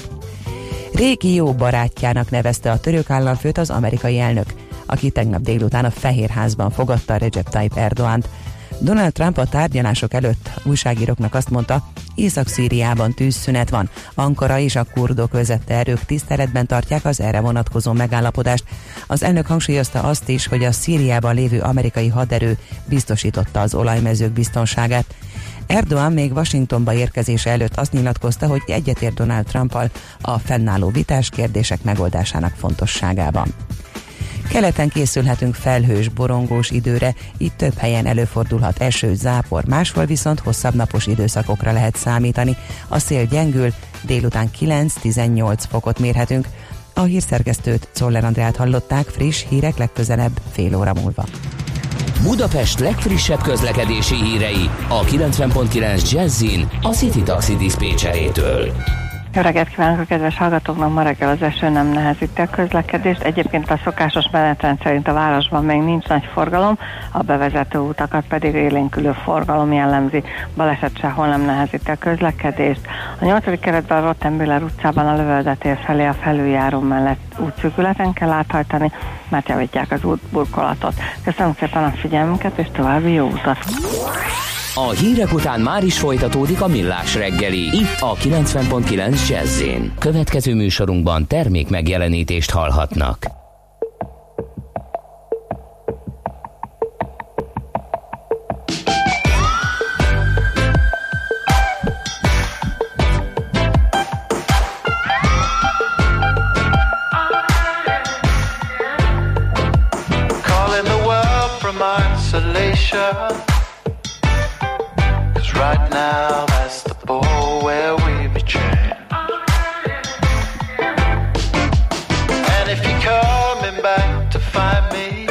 Speaker 8: Régi jó barátjának nevezte a török államfőt az amerikai elnök, aki tegnap délután a Fehérházban fogadta Recep Tayyip Erdogant. Donald Trump a tárgyalások előtt újságíróknak azt mondta, Észak-Szíriában tűzszünet van, Ankara és a kurdok vezette erők tiszteletben tartják az erre vonatkozó megállapodást. Az elnök hangsúlyozta azt is, hogy a Szíriában lévő amerikai haderő biztosította az olajmezők biztonságát. Erdogan még Washingtonba érkezése előtt azt nyilatkozta, hogy egyetért Donald Trumpal a fennálló vitás kérdések megoldásának fontosságában. Keleten készülhetünk felhős, borongós időre, itt több helyen előfordulhat eső, zápor, máshol viszont hosszabb napos időszakokra lehet számítani. A szél gyengül, délután 9-18 fokot mérhetünk. A hírszerkesztőt, Czoller Andrát hallották, friss hírek legközelebb fél óra múlva.
Speaker 1: Budapest legfrissebb közlekedési hírei a 90.9 Jazzin a City Taxi diszpécserétől.
Speaker 12: Jó reggelt kívánok a kedves hallgatóknak! Ma reggel az eső nem nehezíti a közlekedést. Egyébként a szokásos menetrend szerint a városban még nincs nagy forgalom, a bevezető utakat pedig élénkülő forgalom jellemzi. Baleset sehol nem nehezíti a közlekedést. A 8. kerületben a Rottenbühler utcában a Lövöldetér felé a felüljáró mellett útszűkületen kell áthajtani, mert javítják az útburkolatot. Köszönöm szépen a figyelmünket, és további jó utat!
Speaker 1: A hírek után már is folytatódik a Millás reggeli, itt a 90.9 Jazz-én. Következő műsorunkban termék megjelenítést hallhatnak.
Speaker 6: Calling the world from isolation. Right now, that's the ball where we betray. And if you're coming back to find me,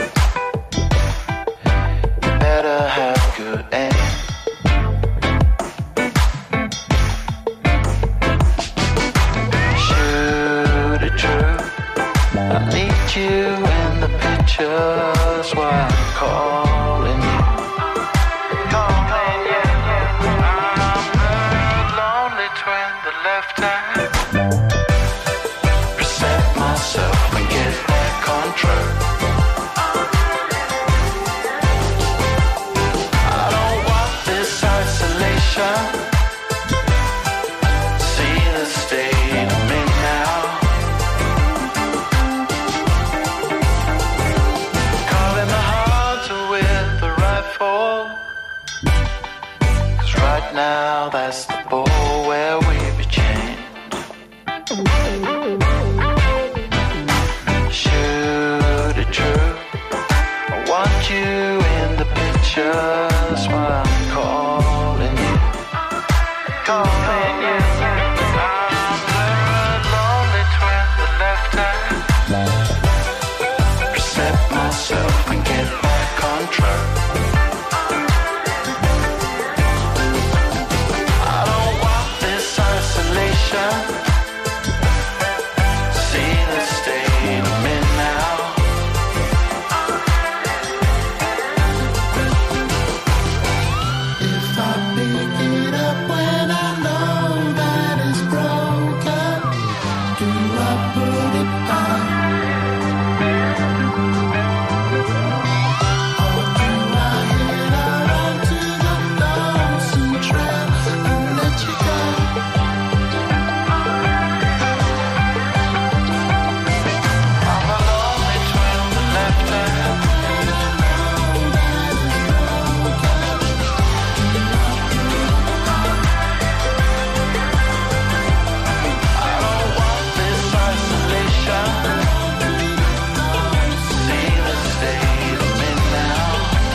Speaker 6: you better have good aim. Shoot it true, I need you in the pictures while I'm calling you. now, that's the bowl where we be chained. Shoot it true, I want you in the pictures while I'm calling you, calling you. I'm the lonely twin, the left hand. Reset myself and get back on track. I don't want this isolation. See the state I'm in now. If I pick it up when I know that it's broken, do I put it back? Or do I hit her onto the lonesome trail and let you go? I'm a lonely twin, the left hand. I don't want this isolation. See the state I'm in now.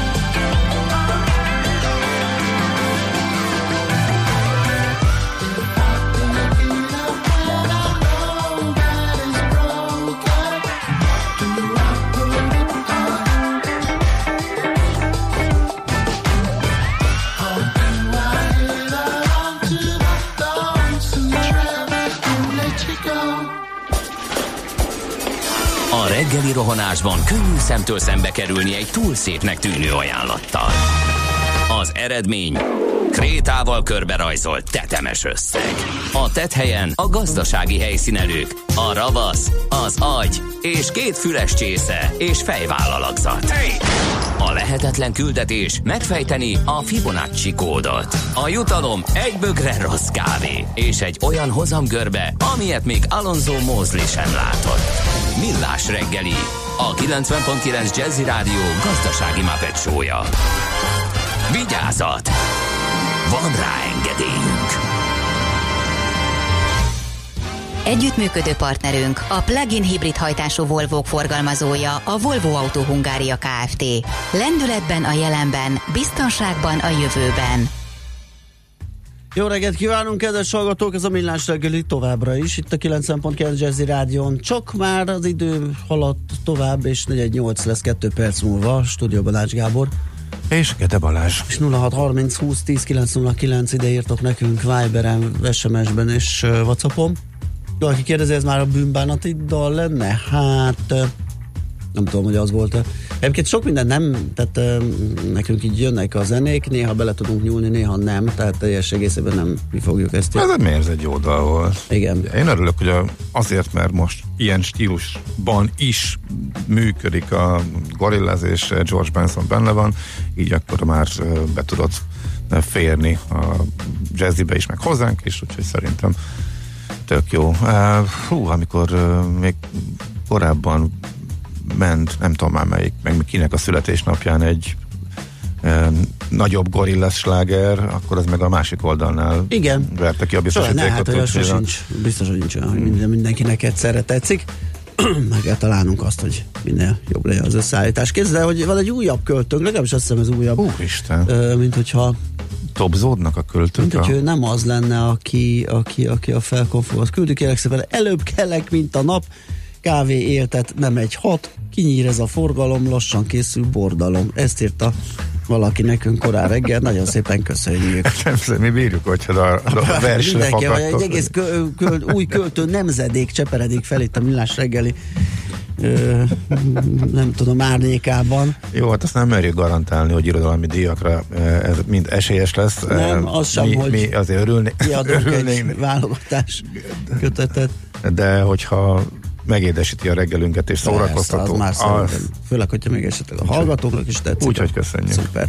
Speaker 1: A reggeli rohanásban könnyű szemtől szembe kerülni egy túl szépnek tűnő ajánlattal. Az eredmény krétával körberajzolt tetemes összeg. A tetthelyen a gazdasági helyszínelők, a ravasz, az agy és 2 füles csésze és fejvállalakzat. A lehetetlen küldetés megfejteni a Fibonacci kódot. A jutalom egy bögre rossz kávé és egy olyan hozamgörbe, amilyet még Alonso Mosley sem látott. Millás reggeli, a 90.9 Jazzy Rádió gazdasági Muppet show-ja. Vigyázat! Van rá engedélyünk!
Speaker 10: Együttműködő partnerünk a plug-in hibrid hajtású Volvók forgalmazója, a Volvo Autó Hungária Kft. Lendületben a jelenben, biztonságban a jövőben.
Speaker 4: Jó reggelt kívánunk, kedves hallgatók! Ez a Millás reggeli továbbra is, itt a 90.9 Jazzy Rádión. Csak már az idő haladt tovább, és 4:08 lesz 2 perc múlva. Stúdióban Ács Gábor.
Speaker 5: És Gede Balázs.
Speaker 4: És 0630 20 10 909 ide írtok nekünk Viberen, SMS-ben és WhatsAppon. Valaki kérdezi, ez már a bűnbánati dal lenne? Hát nem tudom, hogy az volt-e. Egyébként sok minden nem, tehát nekünk így jönnek a zenék, néha bele tudunk nyúlni, néha nem, tehát teljes egészében nem mi fogjuk ezt.
Speaker 5: Ez miért ez egy jó dal volt?
Speaker 4: Igen.
Speaker 5: Én örülök, hogy azért, mert most ilyen stílusban is működik a Gorillaz, és George Benson benne van, így akkor már be tudod férni a jazzibe is, meg hozzánk is, úgyhogy szerintem tök jó. Amikor még korábban ment, nem tudom már melyik, meg kinek a születésnapján egy nagyobb Gorillaz sláger, akkor az meg a másik oldalnál
Speaker 4: igen.
Speaker 5: Verte ki a biztosítékot.
Speaker 4: Hát, biztos, hogy nincs olyan, hogy mindenkinek egyszerre tetszik. Meg kell találnunk azt, hogy minél jobb legyen az összeállítás. Képzeld el, hogy van egy újabb költőnk, legalábbis azt hiszem ez újabb.
Speaker 5: Úristen.
Speaker 4: Mint hogyha
Speaker 5: topzódnak a költők.
Speaker 4: Mint hogy ő nem az lenne, aki a felkonfogat. Küldük kérlek szépen, előbb kelek, mint a nap, kávé éltet, nem egy 6, kinyír ez a forgalom, lassan készül bordalom. Ezt írta valaki nekünk korán reggel, nagyon szépen köszönjük.
Speaker 5: Mi bírjuk, hogyha a versre
Speaker 4: mindenki, vagy egy egész új költő nemzedék cseperedik fel itt a Millás reggeli nem tudom, árnyékában.
Speaker 5: Jó, hát azt nem merjük garantálni, hogy irodalmi díjakra ez mind esélyes lesz.
Speaker 4: Nem, az sem,
Speaker 5: mi azért örülnénk
Speaker 4: egy válogatás kötetet.
Speaker 5: De hogyha megédesíti a reggelünket és szórakoztató.
Speaker 4: Főleg, hogyha még esetleg a hallgatóknak is tetszik.
Speaker 5: Úgyhogy köszönjük.
Speaker 4: Szuper.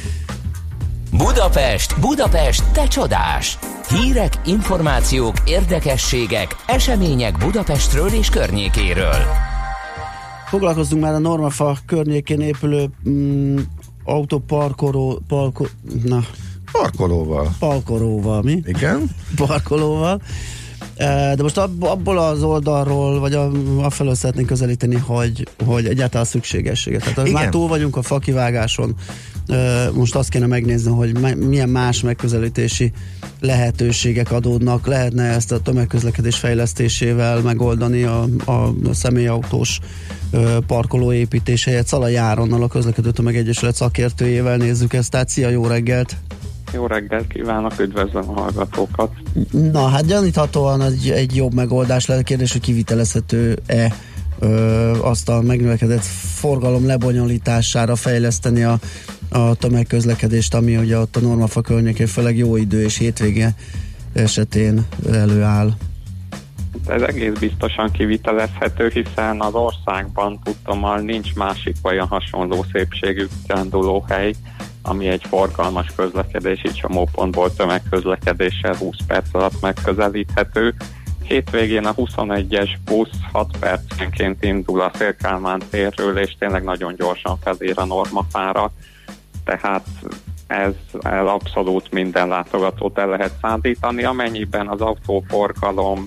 Speaker 1: Budapest, te csodás! Hírek, információk, érdekességek, események Budapestről és környékéről.
Speaker 4: Foglalkozzunk már a Normafa környékén épülő autóparkoló Parkolóval, mi?
Speaker 5: Igen.
Speaker 4: Parkolóval. De most abból az oldalról, vagy afelől szeretnénk közelíteni, hogy egyáltalán szükségességet. Tehát már túl vagyunk a fakivágáson, most azt kéne megnézni, hogy milyen más megközelítési lehetőségek adódnak. Lehetne ezt a tömegközlekedés fejlesztésével megoldani a személyautós parkolóépítés helyett. Szalai Áronnal, a Közlekedő Tömegegyesület szakértőjével nézzük ezt. Tehát szia, jó reggelt!
Speaker 13: Jó reggelt kívánok, üdvözlöm a hallgatókat!
Speaker 4: Na, hát gyaníthatóan egy jobb megoldás lehet. A kérdés, hogy kivitelezhető-e azt a megnövekedett forgalom lebonyolítására fejleszteni a tömegközlekedést, ami ugye ott a Normafa környékén főleg jó idő és hétvége esetén előáll.
Speaker 13: Ez egész biztosan kivitelezhető, hiszen az országban tudtommal nincs másik olyan hasonló szépségű kirándulóhely, ami egy forgalmas közlekedési csomópontból tömegközlekedéssel 20 perc alatt megközelíthető. Hétvégén a 21-es busz 6 percenként indul a Széll-Kálmán térről, és tényleg nagyon gyorsan felér a Normafára, tehát ez abszolút minden látogatót el lehet szállítani, amennyiben az autóforgalom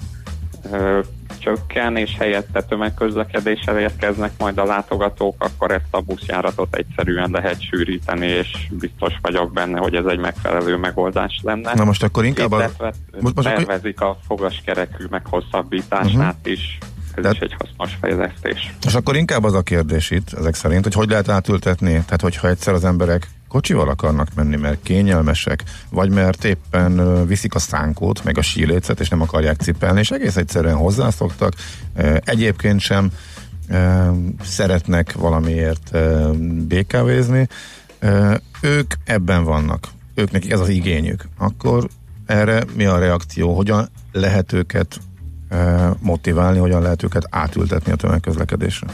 Speaker 13: csökken, és helyette tömegközlekedéssel érkeznek majd a látogatók, akkor ezt a buszjáratot egyszerűen lehet sűríteni, és biztos vagyok benne, hogy ez egy megfelelő megoldás lenne.
Speaker 5: Na most akkor inkább
Speaker 13: tervezik a fogaskerekű meghosszabbítását is, ez is egy hasznos fejlesztés.
Speaker 5: És akkor inkább az a kérdés itt, ezek szerint, hogy lehet átültetni, tehát hogyha egyszer az emberek kocsival akarnak menni, mert kényelmesek, vagy mert éppen viszik a szánkót, meg a sílécet, és nem akarják cipelni, és egész egyszerűen hozzászoktak, egyébként sem szeretnek valamiért BKV-zni, ők ebben vannak, nekik ez az igényük. Akkor erre mi a reakció? Hogyan lehet őket motiválni, hogyan lehet őket átültetni a tömegközlekedésre?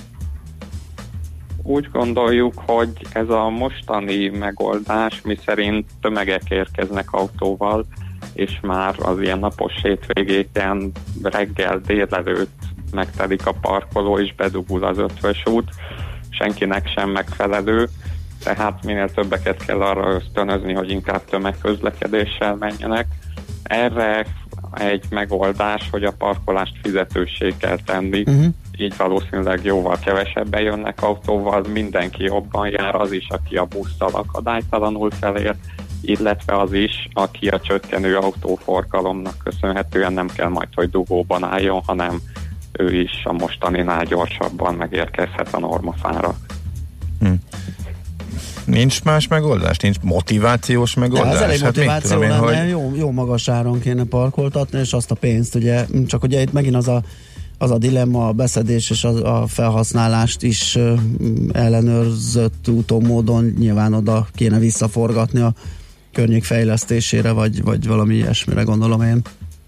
Speaker 13: Úgy gondoljuk, hogy ez a mostani megoldás, miszerint tömegek érkeznek autóval, és már az ilyen napos hétvégéken reggel, délelőtt megtelik a parkoló, és bedugul az Ötvös út, senkinek sem megfelelő, tehát minél többeket kell arra ösztönözni, hogy inkább tömegközlekedéssel menjenek. Erre egy megoldás, hogy a parkolást fizetőssé kell tenni, így valószínűleg jóval kevesebben jönnek autóval, mindenki jobban jár, az is, aki a busszal akadálytalanul felér, illetve az is, aki a csökkenő autóforgalomnak köszönhetően nem kell majd, hogy dugóban álljon, hanem ő is a mostaninál gyorsabban megérkezhet a Normafára.
Speaker 5: Nincs más megoldás? Nincs motivációs megoldás?
Speaker 4: Ez elég motiváció lenne, hogy... jó magas áron kéne parkoltatni, és azt a pénzt, ugye, csak ugye itt megint az a dilemma, a beszedés és a felhasználást is ellenőrzött úton, módon nyilván oda kéne visszaforgatni a környék fejlesztésére, vagy valami ilyesmire, gondolom én.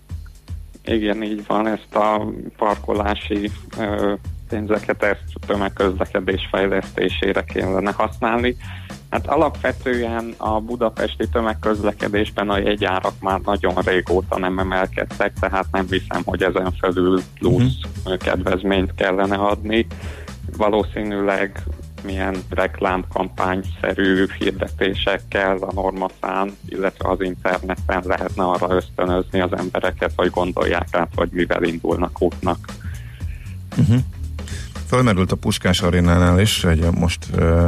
Speaker 13: Igen, így van, ezt a parkolási pénzeket ezt tömegközlekedés fejlesztésére kellene használni. Hát alapvetően a budapesti tömegközlekedésben a jegyárak már nagyon régóta nem emelkedtek, tehát nem hiszem, hogy ezen felül plusz kedvezményt kellene adni. Valószínűleg milyen reklámkampányszerű hirdetésekkel a Normafán, illetve az interneten lehetne arra ösztönözni az embereket, hogy gondolják át, hogy mivel indulnak útnak.
Speaker 5: Fölmerült a Puskás Arénánál is, most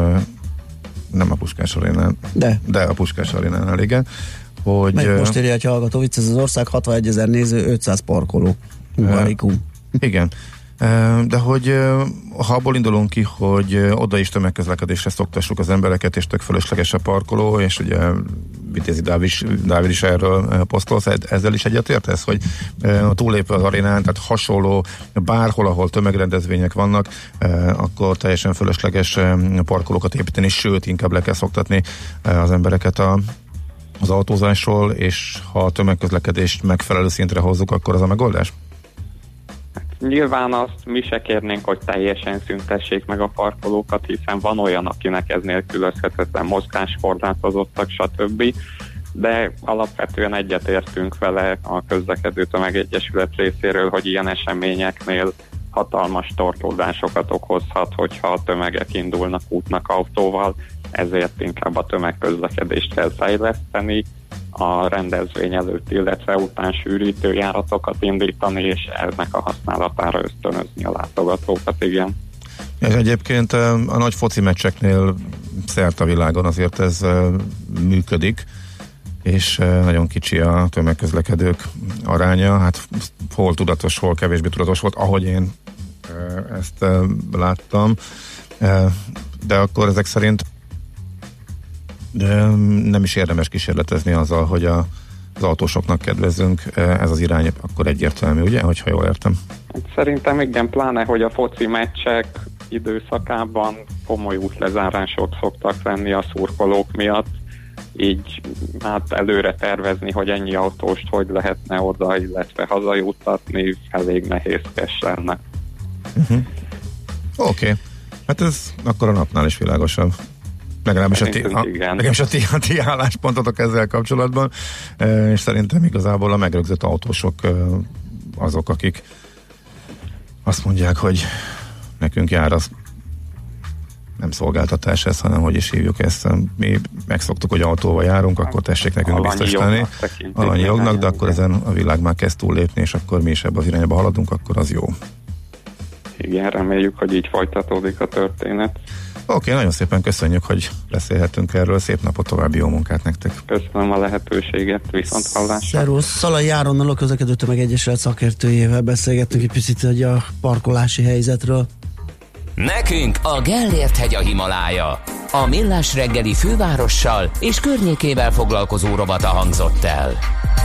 Speaker 5: nem a Puskás Arénán, de a Puskás Arénánál, igen, hogy...
Speaker 4: Meg most írja egy hallgató, vicc, ez az ország 61 000 néző, 500 parkoló.
Speaker 5: Igen. De hogy ha abból indulunk ki, hogy oda is tömegközlekedésre szoktassuk az embereket, és tök fölösleges a parkoló, és ugye Vitézi Dávid is erről posztolsz, ezzel is egyetértesz, hogy túlépve az arénán, tehát hasonló bárhol, ahol tömegrendezvények vannak, akkor teljesen fölösleges parkolókat építeni, sőt, inkább le kell szoktatni az embereket az autózásról, és ha a tömegközlekedést megfelelő szintre hozzuk, akkor az a megoldás?
Speaker 13: Nyilván azt mi se kérnénk, hogy teljesen szüntessék meg a parkolókat, hiszen van olyan, akinek ez nélkülözhetetlen, mozgáskorlátozottak, stb. De alapvetően egyetértünk vele a Közlekedő Tömegegyesület részéről, hogy ilyen eseményeknél hatalmas torlódásokat okozhat, hogyha a tömegek indulnak útnak autóval, ezért inkább a tömegközlekedést kell fejleszteni, a rendezvény előtt, illetve után sűrítő járatokat indítani, és ennek a használatára ösztönözni a látogatókat, igen.
Speaker 5: És egyébként a nagy foci meccseknél szerte a világon azért ez működik, és nagyon kicsi a tömegközlekedők aránya, hát hol tudatos, hol kevésbé tudatos volt, ahogy én ezt láttam, de akkor ezek szerint nem is érdemes kísérletezni azzal, hogy az autósoknak kedvezzünk, ez az irány akkor egyértelmű, ugye, hogyha jól értem?
Speaker 13: Szerintem igen, pláne, hogy a foci meccsek időszakában komoly útlezárások szoktak lenni a szurkolók miatt, így hát előre tervezni, hogy ennyi autóst hogy lehetne oda, illetve hazajutatni, elég nehézkes lenne.
Speaker 5: Oké. Hát ez akkor a napnál is világosabb. Legalábbis a ti álláspontotok ezzel kapcsolatban, és szerintem igazából a megrögzött autósok azok, akik azt mondják, hogy nekünk jár az nem szolgáltatás ez, hanem hogy is hívjuk ezt. Mi megszoktuk, hogy autóval járunk, akkor tessék nekünk biztosítani. Alanyi jognak, de akkor ezen a világ már kezd túllépni, és akkor mi is ebbe az irányba haladunk, akkor az jó.
Speaker 13: Igen, reméljük, hogy így folytatódik a történet.
Speaker 5: Oké, nagyon szépen köszönjük, hogy beszélhetünk erről. Szép napot, további jó munkát nektek.
Speaker 13: Köszönöm a lehetőséget, viszont hallásra.
Speaker 4: Szervusz, Szalai Áronnal, a Közlekedő Tömegegyesület szakértőjével beszélgettünk egy picit hogy a parkolási helyzetről.
Speaker 1: Nekünk a Gellért-hegy a Himalája. A Millás reggeli fővárossal és környékével foglalkozó rovata hangzott el.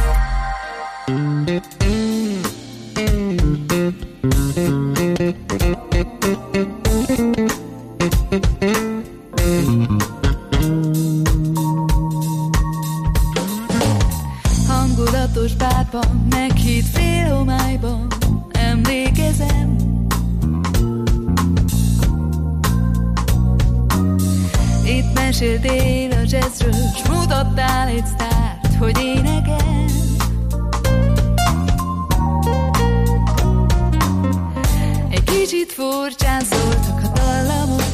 Speaker 7: Hangulatos bárban, meghitt félhomályban emlékezem. Itt meséltél a jazzről, s mutattál egy sztárt, hogy énekel. Egy kicsit furcsán szóltak a dallamok,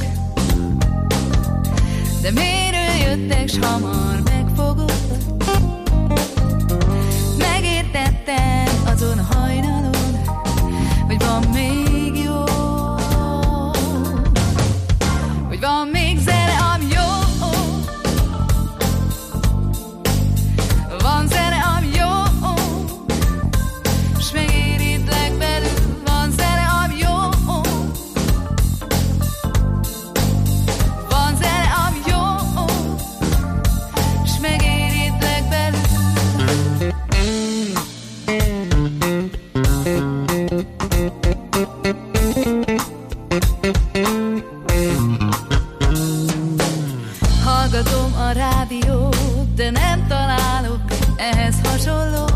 Speaker 7: de miről jöttek, s hamar megfogott. Megértettem azon a hajnalon, hogy van még jó, hogy van még zene, ami jó. Van zene, ami jó, s megérítlek belül. Van zene, ami jó. Van zene, ami jó, s megérítlek belül. Hallgatom a rádiót, de nem találok ehhez hasonló.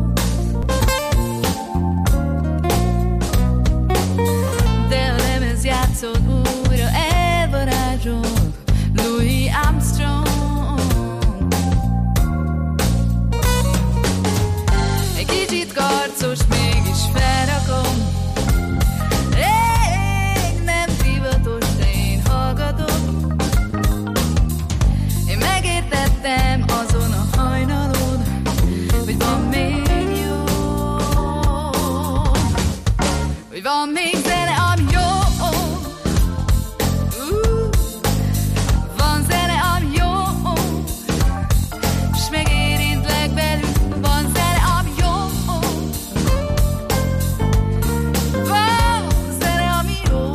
Speaker 7: De a lemez játszol újra, elvarázsol Louis Armstrong. Egy kicsit karcos, mégis felrakom. Rég nem divatos, de én hallgatom. Én megértettem azon a hajnalon, hogy van még jó, hogy van még zene, ami jó. Van zene, ami jó, s megérintlek belül. Van zene, ami jó. Van zene, ami jó.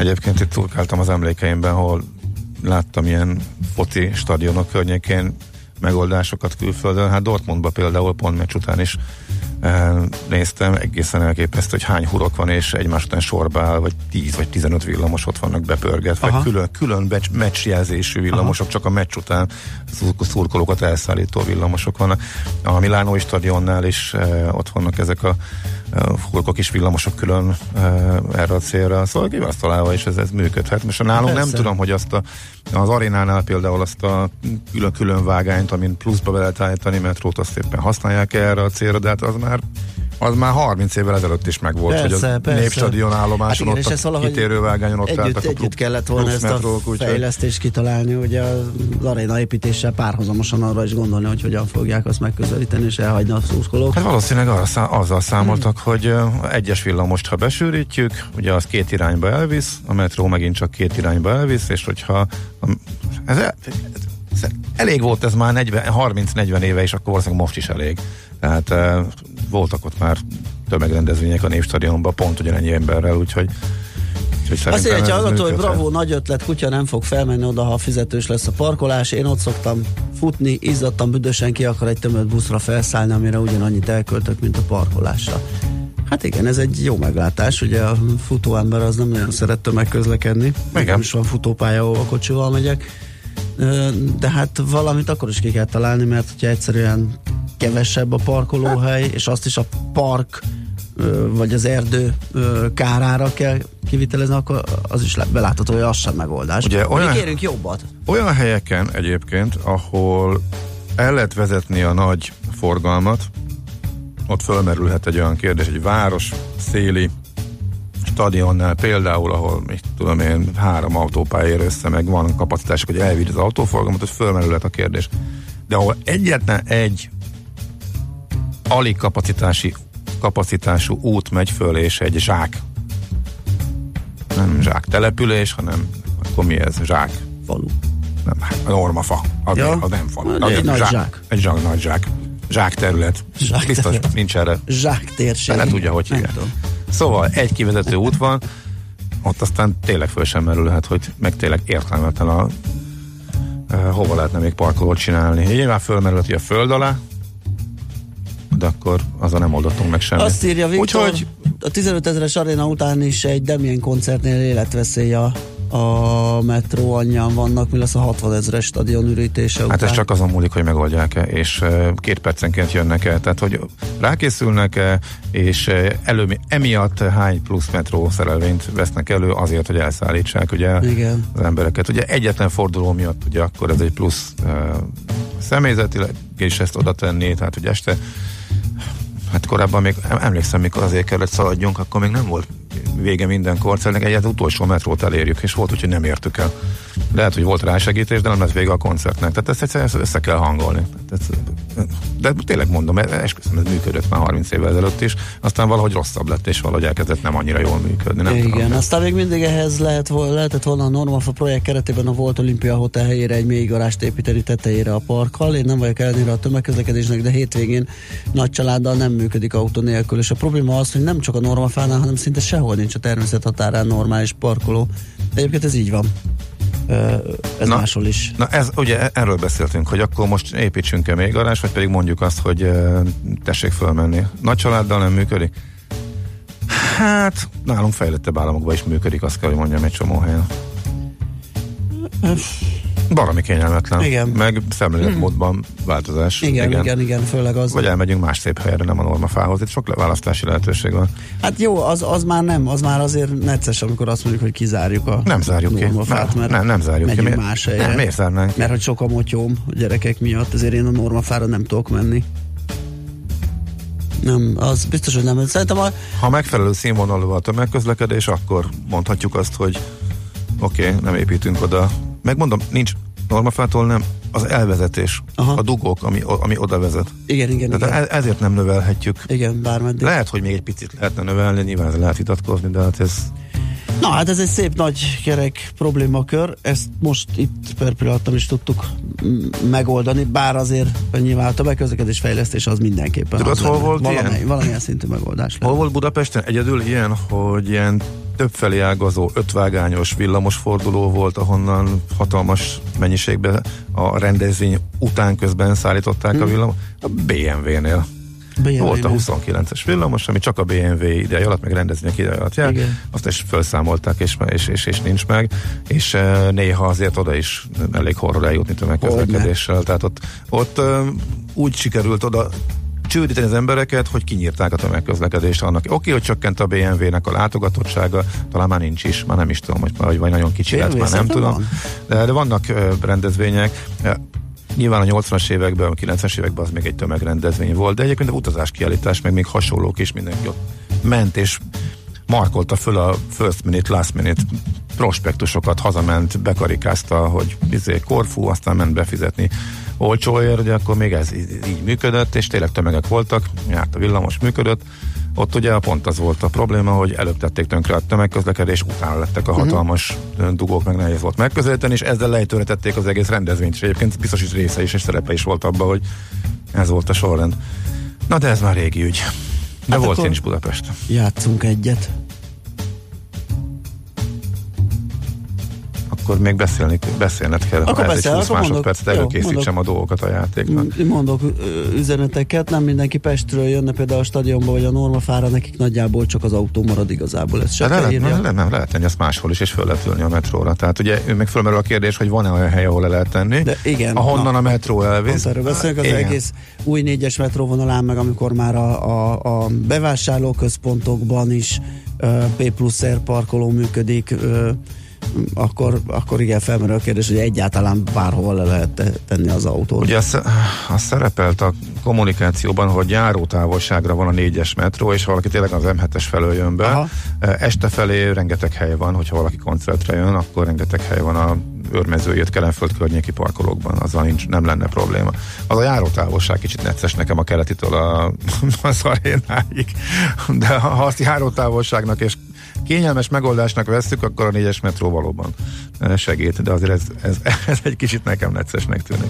Speaker 5: Egyébként itt turkáltam az emlékeimben, hol láttam ilyen foci stadionok környékén megoldásokat külföldön. Hát Dortmundban például pont meccs után is néztem, egészen elképesztő, hogy hány hurok van, és egymás után sorba áll, vagy 10 vagy 15 villamos ott vannak bepörgetve, külön meccsjelzésű villamosok, csak a meccs után szurkolókat elszállító villamosok vannak. A Milánói stadionnál is ott vannak ezek a hurkok is villamosok külön erre a célra, szóval kivasztalálva is ez működhet. Most nálunk nem tudom, hogy az arénánál például azt a külön vágányt, amin pluszba be lehet állítani metrót, azt szépen használják erre a célra, de hát az már 30 évvel ezelőtt is megvolt, hogy a Népstadion állomáson ott a kitérővágányon ott álltak a
Speaker 4: együtt kellett volna ezt a fejlesztést kitalálni, ugye az aréna építéssel párhuzamosan arra is gondolni, hogy hogyan fogják azt megközelíteni és elhagyni a szurkolók.
Speaker 5: Hát valószínűleg azzal számoltak, hogy egyes villamost, ha besűrítjük, ugye az két irányba elvisz, a metró megint csak két irányba elvisz, és hogyha elég volt ez már 30-40 éve, és akkor valószínűleg most is elég. Tehát voltak ott már tömegrendezvények a Népstadionban, pont ugyanennyi emberrel, úgyhogy
Speaker 4: azt mondja, hallgató, hogy bravo, nagy ötlet, kutya nem fog felmenni oda, ha fizetős lesz a parkolás. Én ott szoktam futni, izzadtan, büdösen, ki akar egy tömött buszra felszállni, amire ugyanannyit elköltök, mint a parkolásra. Hát igen, ez egy jó meglátás, ugye a futóember az nem nagyon szeret tömegközlekedni. Nem is van futópálya, ahol a kocsival megyek. De hát valamit akkor is ki kell találni, mert hogyha egyszerűen kevesebb a parkolóhely, és azt is a park vagy az erdő kárára kell kivitelezni, akkor az is belátható, hogy az sem megoldás.
Speaker 5: Ugye
Speaker 4: kérünk jobbat.
Speaker 5: Olyan helyeken egyébként, ahol el lehet vezetni a nagy forgalmat, ott fölmerülhet egy olyan kérdés, egy város széli stadionnál például, ahol mit tudom én, 3 autópálya ér össze, meg van kapacitások, hogy elvigy az autóforgalmat, ott fölmerülhet a kérdés. De ahol egyetlen egy alig kapacitású út megy föl, és egy zsák, nem zsák település, hanem akkor mi ez? Zsák
Speaker 4: falu.
Speaker 5: Nem, a normafa. Az nem falu.
Speaker 4: Egy nagy zsák.
Speaker 5: Egy nagy zsák. Zsák terület. Biztos nincs erre.
Speaker 4: Zsák térség.
Speaker 5: Nem tudja, hogy hívják. Szóval egy kivezető út van, ott aztán tényleg föl sem merülhet, hogy meg tényleg értelmetlen hova lehetne még parkolót csinálni. Nyilván fölmerülhet, hogy a föld alá, de akkor azzal nem oldottunk meg semmit.
Speaker 4: Azt írja Viktor, úgyhogy a 15 000-es aréna után is egy Damien koncertnél életveszély a metró, annyian vannak, mi lesz a 60 000-es stadion ürítése után.
Speaker 5: Hát ez csak azon múlik, hogy megoldják-e, és 2 percenként jönnek-e, tehát hogy rákészülnek-e, és emiatt hány plusz metró szerelvényt vesznek elő azért, hogy elszállítsák ugye az embereket. Ugye egyetlen forduló miatt ugye akkor ez egy plusz személyzetileg is ezt oda tenni, tehát hogy este hát korábban még emlékszem, mikor azért kellett szaladjunk, akkor még nem volt vége minden koncertnek, egyáltalán utolsó metrót elérjük, és volt, úgyhogy nem értük el. Lehet, hogy volt rásegítés, de nem lett vége a koncertnek. Tehát ezt egyszerűen össze kell hangolni. De tényleg mondom, esküszöm, ez működött már 30 évvel ezelőtt is, aztán valahogy rosszabb lett, és valahogy elkezdett nem annyira jól működni. Nem
Speaker 4: igen,
Speaker 5: tudom.
Speaker 4: Aztán még mindig ehhez lehetett volna a Normafa projekt keretében a Volt Olimpia Hotel helyére egy mély garást építeni tetejére a parkkal. Én nem vagyok ellenére a tömegközlekedésnek, de hétvégén nagy családdal nem működik autó nélkül, és a probléma az, hogy nem csak a Normafánál, hanem szinte sehol nincs a természet határán normális parkoló. Egyébként ez így van. Ez máshol is.
Speaker 5: Na ez, ugye erről beszéltünk, hogy akkor most építsünk-e még garást, vagy pedig mondjuk azt, hogy tessék fölmenni. Nagy családdal nem működik? Hát, nálunk fejlettebb államokban is működik, azt kell, hogy mondjam, egy csomó helyen. Baromi kényelmetlen. Igen. Meg szemléletmódban változás.
Speaker 4: Igen, főleg az.
Speaker 5: Vagy elmegyünk más szép helyre, nem a Normafához. Itt sok választási lehetőség van.
Speaker 4: Hát jó, az már nem, az már azért necces, amikor azt mondjuk, hogy kizárjuk a
Speaker 5: nem zárjuk
Speaker 4: Normafát,
Speaker 5: ki.
Speaker 4: Mert
Speaker 5: nem zárjuk
Speaker 4: megyünk
Speaker 5: ki.
Speaker 4: Más helyre.
Speaker 5: Nem, miért zárnánk?
Speaker 4: Mert hogy sok a motyóm a gyerekek miatt, ezért én a Normafára nem tudok menni. Nem, az biztos, hogy nem. Szerintem
Speaker 5: ha megfelelő színvonalú a tömegközlekedés, akkor mondhatjuk azt, hogy oké, nem építünk oda. Megmondom, nincs Normafától nem, az elvezetés, a dugók, ami oda vezet.
Speaker 4: Igen.
Speaker 5: Tehát ezért nem növelhetjük.
Speaker 4: Igen, bármeddig.
Speaker 5: Lehet, hogy még egy picit lehetne növelni, nyilván ez lehet vitatkozni, de hát ez...
Speaker 4: Na hát ez egy szép nagy kerek problémakör, ezt most itt per pillanatban is tudtuk megoldani, bár azért nyilván a tömegközlekedés fejlesztés az mindenképpen.
Speaker 5: Tudod, hol volt ilyen?
Speaker 4: Valamilyen szintű megoldás.
Speaker 5: Hol volt Budapesten egyedül ilyen, hogy ilyen többfelé ágazó 5 vágányos villamosforduló volt, ahonnan hatalmas mennyiségben a rendezvény után közben szállították a villamos. A BMW-nél. Volt a 29-es villamos, ami csak a BMW ideje alatt, meg rendezvények ideje alatt jár, azt is felszámolták, és nincs meg, és néha azért oda is elég horror eljutni tömegközlekedéssel, tehát ott úgy sikerült oda csődíteni az embereket, hogy kinyírták a tömegközlekedést annak. Oké, hogy csökkent a BMW-nek a látogatottsága, talán már nincs is, már nem is tudom, hogy vagy nagyon kicsi lett, már nem tudom. De vannak rendezvények. Nyilván a 80-as években, a 90-es években az még egy tömegrendezvény volt, de egyébként a utazáskiállítás, meg még hasonlók is, mindenki ott ment és markolta föl a first minute, last minute prospektusokat, hazament, bekarikázta, hogy Korfú, aztán ment befizetni olcsóért, ugye akkor még ez így működött, és tényleg tömegek voltak, járt a villamos, működött. Ott ugye pont az volt a probléma, hogy előbb tették tönkre a tömegközlekedés, utána lettek a hatalmas dugók, meg nehéz volt megközelíteni, és ezzel lejtőre tették az egész rendezvényt, és egyébként biztos is része is, és szerepe is volt abban, hogy ez volt a sorrend. Na de ez már régi ügy. De volt én is Budapest.
Speaker 4: Játszunk egyet.
Speaker 5: Akkor még beszélned kell,
Speaker 4: akkor
Speaker 5: ha ez egy 20 másodpercet előkészítsem a dolgokat a játéknak.
Speaker 4: Mondok üzeneteket, nem mindenki Pestről jönne például a stadionba, vagy a Normafára, nekik nagyjából csak az autó marad igazából. Ez se
Speaker 5: lehet tenni ezt máshol is, és föl lehet ülni a metróra. Tehát ugye meg fölmerül a kérdés, hogy van-e olyan hely, ahol le lehet tenni,
Speaker 4: de igen,
Speaker 5: ahonnan a metró elvisz.
Speaker 4: Erről beszélünk, az egész új 4-es metróvonalán, meg amikor már a bevásárlóközpontokban is P+R parkoló működik, akkor igen, felmerül a kérdés, hogy egyáltalán bárhova le lehet tenni az autót.
Speaker 5: Ugye az szerepelt a kommunikációban, hogy járótávolságra van a 4-es metró, és valaki tényleg az M7-es felől jön be. Aha. Este felé rengeteg hely van, hogyha valaki koncertre jön, akkor rengeteg hely van a Őrmezőjét, Kelenföld környéki parkolókban, azzal nem lenne probléma. Az a járótávolság kicsit necces nekem a Keletitől az arénáig, de ha azt járótávolságnak és kényelmes megoldásnak vesszük, akkor a 4-es metró valóban segít, de azért ez egy kicsit nekem neccesnek tűnik.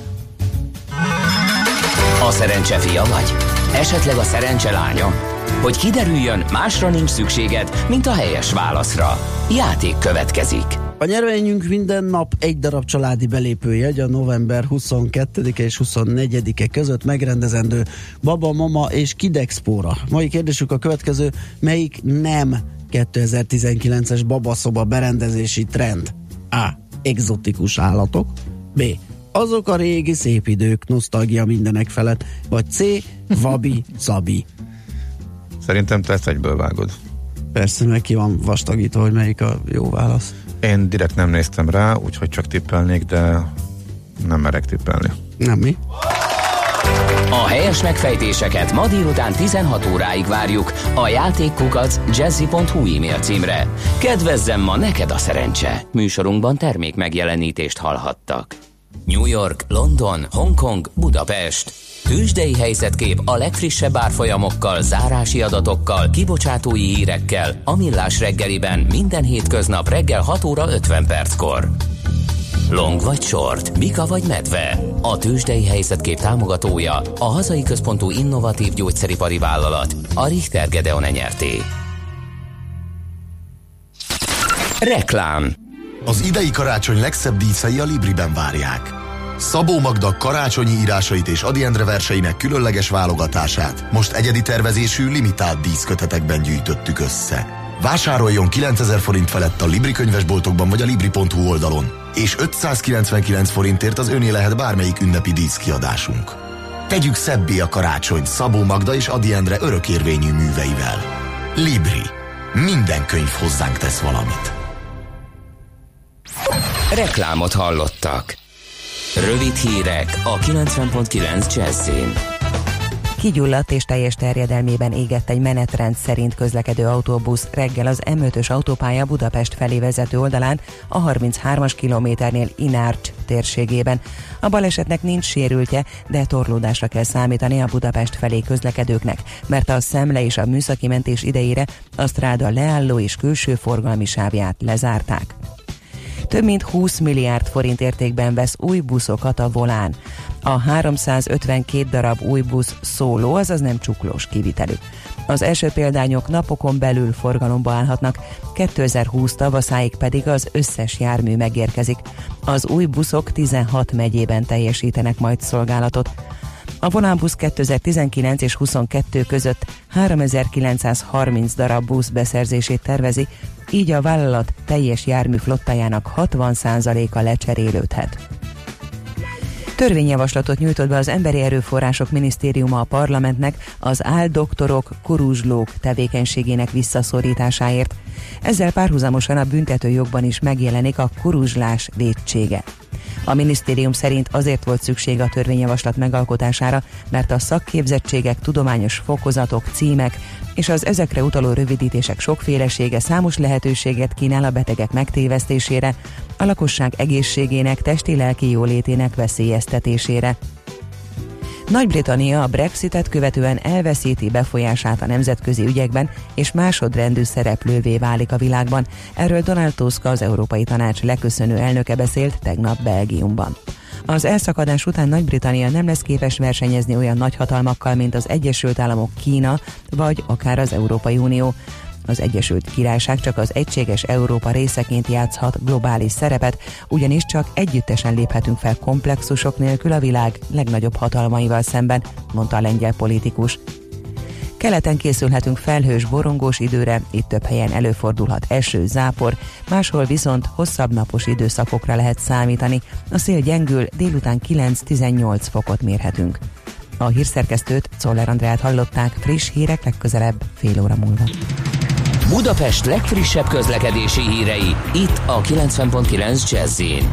Speaker 1: A szerencse fia vagy? Esetleg a szerencse lánya? Hogy kiderüljön, másra nincs szükséged, mint a helyes válaszra. Játék következik.
Speaker 4: A nyereményünk minden nap egy darab családi belépőjegy a november 22-e és 24-e között megrendezendő Baba, Mama és Kidexpóra. Mai kérdésük a következő: melyik nem 2019-es babaszoba berendezési trend? A. Egzotikus állatok. B. Azok a régi szép idők, nosztalgia mindenek felett. Vagy C. Vabi, Szabi.
Speaker 5: Szerintem te ezt egyből vágod.
Speaker 4: Persze, meg ki van vastagítva, hogy melyik a jó válasz.
Speaker 5: Én direkt nem néztem rá, úgyhogy csak tippelnék, de nem merek tippelni.
Speaker 4: Nem mi?
Speaker 1: A helyes megfejtéseket ma délután 16 óráig várjuk a játékkukac@jazzy.hu e-mail címre. Kedvezzem ma neked a szerencse! Műsorunkban termék megjelenítést hallhattak. New York, London, Hongkong, Budapest. Tőzsdei helyzetkép a legfrissebb árfolyamokkal, zárási adatokkal, kibocsátói hírekkel a Millás reggeliben minden hétköznap reggel 6 óra 50 perckor. Long vagy short, bika vagy medve. A tőzsdei helyzetkép támogatója a hazai központú innovatív gyógyszeripari vállalat, a Richter Gedeon Nyrt. Reklám.
Speaker 14: Az idei karácsony legszebb díszei a Libriben várják. Szabó Magda karácsonyi írásait és Ady Endre verseinek különleges válogatását most egyedi tervezésű limitált díszkötetekben gyűjtöttük össze. Vásároljon 9000 forint felett a Libri könyvesboltokban vagy a libri.hu oldalon, és 599 forintért az öné lehet bármelyik ünnepi díszkiadásunk. Tegyük szebbé a karácsony Szabó Magda és Ady Endre örökérvényű műveivel. Libri. Minden könyv hozzánk tesz valamit.
Speaker 1: Reklámot hallottak. Rövid hírek a 90.9 Jazzin.
Speaker 8: Kigyulladt és teljes terjedelmében égett egy menetrend szerint közlekedő autóbusz reggel az M5-ös autópálya Budapest felé vezető oldalán a 33-as kilométernél Inárcs térségében. A balesetnek nincs sérültje, de torlódásra kell számítani a Budapest felé közlekedőknek, mert a szemle és a műszaki mentés idejére a stráda leálló és külső forgalmi sávját lezárták. Több mint 20 milliárd forint értékben vesz új buszokat a Volán. A 352 darab új busz szóló, azaz nem csuklós kivitelű. Az első példányok napokon belül forgalomba állhatnak, 2020 tavaszáig pedig az összes jármű megérkezik. Az új buszok 16 megyében teljesítenek majd szolgálatot. A Volánbusz 2019 és 22 között 3930 darab busz beszerzését tervezi, így a vállalat teljes jármű flottájának 60%-a lecserélődhet. Törvényjavaslatot nyújtott be az Emberi Erőforrások Minisztériuma a parlamentnek az áldoktorok, kuruzslók tevékenységének visszaszorításáért. Ezzel párhuzamosan a büntetőjogban is megjelenik a kuruzslás vétsége. A minisztérium szerint azért volt szükség a törvényjavaslat megalkotására, mert a szakképzettségek, tudományos fokozatok, címek és az ezekre utaló rövidítések sokfélesége számos lehetőséget kínál a betegek megtévesztésére, a lakosság egészségének, testi-lelki jólétének veszélyeztetésére. Nagy-Britannia a Brexitet követően elveszíti befolyását a nemzetközi ügyekben, és másodrendű szereplővé válik a világban. Erről Donald Tusk, az Európai Tanács leköszönő elnöke beszélt tegnap Belgiumban. Az elszakadás után Nagy-Britannia nem lesz képes versenyezni olyan nagyhatalmakkal, mint az Egyesült Államok, Kína, vagy akár az Európai Unió. Az Egyesült Királyság csak az egységes Európa részeként játszhat globális szerepet, ugyanis csak együttesen léphetünk fel komplexusok nélkül a világ legnagyobb hatalmaival szemben, mondta a lengyel politikus. Keleten készülhetünk felhős, borongós időre, itt több helyen előfordulhat eső, zápor, máshol viszont hosszabb napos időszakokra lehet számítani. A szél gyengül, délután 9-18 fokot mérhetünk. A hírszerkesztőt, Czoller Andreát hallották, friss hírek legközelebb fél óra múlva.
Speaker 1: Budapest legfrissebb közlekedési hírei, itt a 90.9 Jazz-in.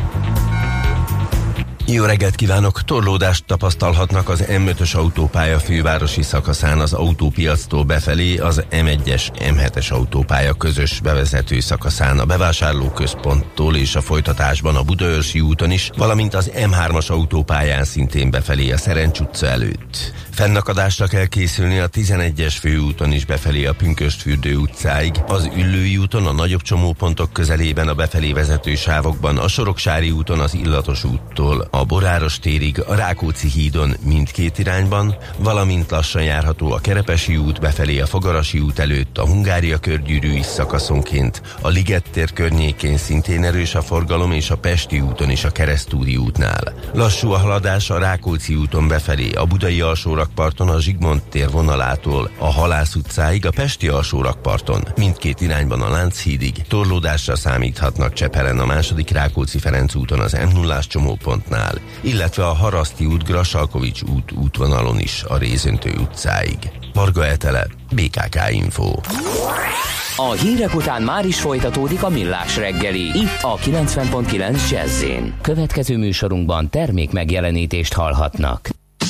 Speaker 15: Jó reggelt kívánok! Torlódást tapasztalhatnak az M5-ös autópálya fővárosi szakaszán az autópiactól befelé, az M1-es, M7-es autópálya közös bevezető szakaszán a bevásárlóközponttól és a folytatásban a Budaörsi úton is, valamint az M3-as autópályán szintén befelé a Szerencs utca előtt. Fennakadásra kell készülni a 11-es főúton is befelé a Pünkösdfürdő utcáig, az Üllői úton a nagyobb csomópontok közelében a befelé vezető sávokban, a Soroksári úton az Illatos úttól a Boráros térig, a Rákóczi hídon mindkét irányban, valamint lassan járható a Kerepesi út befelé a Fogarasi út előtt, a Hungária körgyűrű is szakaszonként, a Liget tér környékén szintén erős a forgalom, és a Pesti úton is a Keresztúri útnál. Lassú a haladás a Rákóczi úton befelé, a Budai alsórakparton a Zsigmond tér vonalától a Halász utcáig, a Pesti alsórakparton mindkét irányban a Lánchídig. Torlódásra számíthatnak Csepelen a második Rákóczi-Ferenc úton az M0-ás csomópontnál, illetve a Haraszti út Grassalkovics út útvonalon is a Rézöntő utcáig. Varga Etele, BKK Info.
Speaker 1: A hírek után már is folytatódik a Millás reggeli, itt a 90.9 Jazz-in. Következő műsorunkban termék megjelenítést hallhatnak.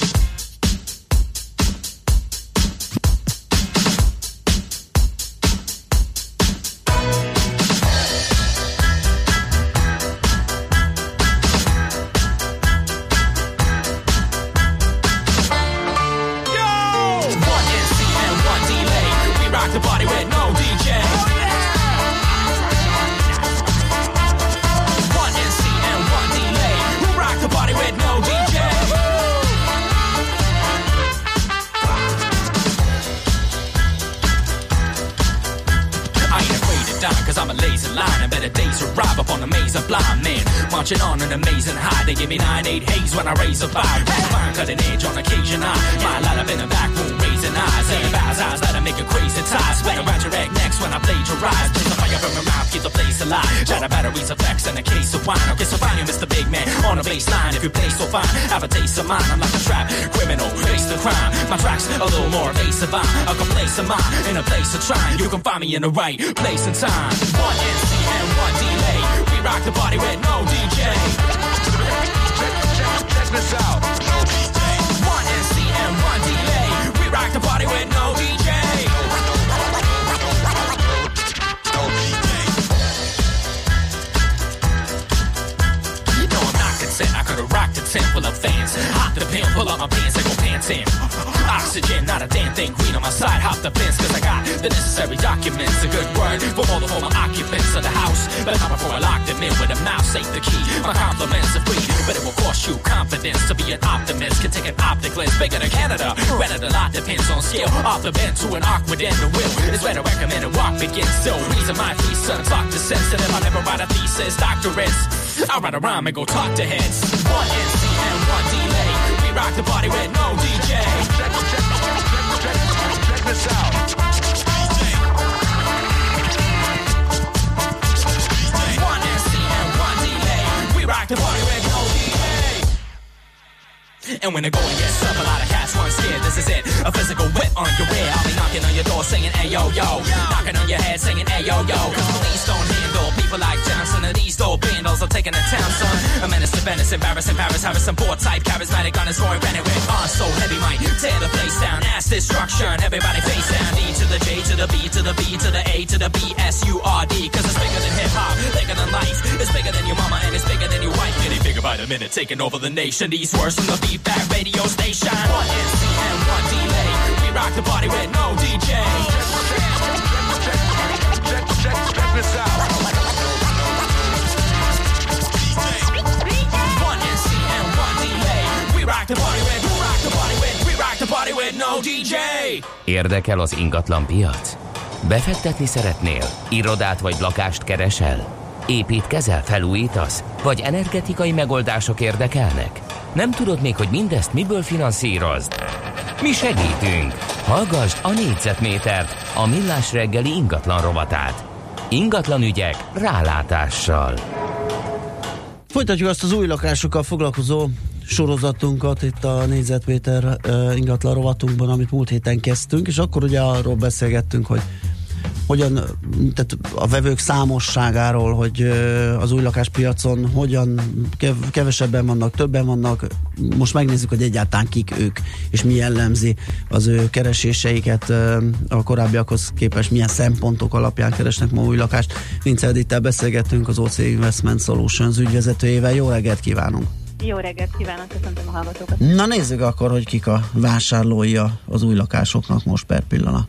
Speaker 16: Marching on an amazing high. They give me 9-8 haze when I raise a fire. Fine cutting edge on occasion. My light up in the back room, raising eyes. And bows eyes that I make a crazy tie. Split around your egg next when I plagiarize. Blaze the fire from my mouth, keep the place alive. Shatter batteries, effects, and a case of wine. I'll get so fine, you Mr. Big Man on the baseline. If you play so fine, have a taste of mine. I'm like a trap criminal, face the crime. My tracks a little more evasive. I can place of mine in a place of trying. You can find me in the right place and time. 1 NC and 1 delay. We rock the party with no DJ. Check this out. No DJ. 1 NC and 1 delay. We rock the party with no DJ. No DJ. You know I'm not content. I could've rocked a tent full of fans. Hop the pin, pull up my pants and go pants in. Oxygen, not a damn thing green on my side. Hop the fence 'cause I got got the necessary documents. A good word from all the former occupants of the house. But not before I lock them in with a mouse, ain't the key. My compliments are free, but it will cost you confidence. To be an optimist can take an optic lens bigger than Canada. Rented a lot depends on scale. Off the bend to an awkward end. The will is where to recommend a walk begins. So reason my three sons lock the sensitive. I never write a thesis, doctorates. I write a rhyme and go talk to heads. One NC and one delay. We rock the party with no DJ. Check this out. One NC and one delay. We rock the party with no DJ. And when the going gets up, a lot of cats run scared. This is it, a physical whip on your rear. I'll be knocking on your door singing ayo yo, knocking on your head singing ayo yo. Cause police don't handle people like Johnson, and these dope bandals are taking the town, son. A menace to Venice, embarrassing Paris, Harrison, poor type, charismatic on his roaring Bennett with on so heavy might tear the place down. Ass destruction, everybody face down. D to the J to the B to the B to the A to the B S U R D. Cause it's bigger than hip hop, bigger than life. It's bigger than your mama and it's bigger than your wife. Getting bigger by the minute, taking over the nation. These words from the Beatback radio station. One NC and one delay. We rock the party with no DJ. Check this out. One NC and one delay. We rock the party with, we rock the party with, we rock the party with no DJ.
Speaker 1: Érdekel az ingatlan piac? Befektetni szeretnél? Irodát vagy lakást keresel? Építkezel, felújítasz? Vagy energetikai megoldások érdekelnek? Nem tudod még, hogy mindezt miből finanszírozd? Mi segítünk! Hallgasd a Négyzetmétert, a Millás reggeli ingatlan rovatát. Ingatlan ügyek rálátással.
Speaker 4: Folytatjuk azt az új lakásokkal foglalkozó sorozatunkat itt a Négyzetméter ingatlan rovatunkban, amit múlt héten kezdtünk, és akkor ugye arról beszélgettünk, hogy hogyan, tehát a vevők számosságáról, hogy az új lakáspiacon hogyan kevesebben vannak, többen vannak. Most megnézzük, hogy egyáltalán kik ők, és mi jellemzi az ő kereséseiket a korábbiakhoz képest, milyen szempontok alapján keresnek ma új lakást. Vince Edittel beszélgettünk, az OC Investment Solutions ügyvezetőjével. Jó reggelt kívánunk!
Speaker 17: Jó reggelt kívánok, köszöntöm a hallgatókat!
Speaker 4: Na nézzük akkor, hogy kik a vásárlói az új lakásoknak most per pillanat.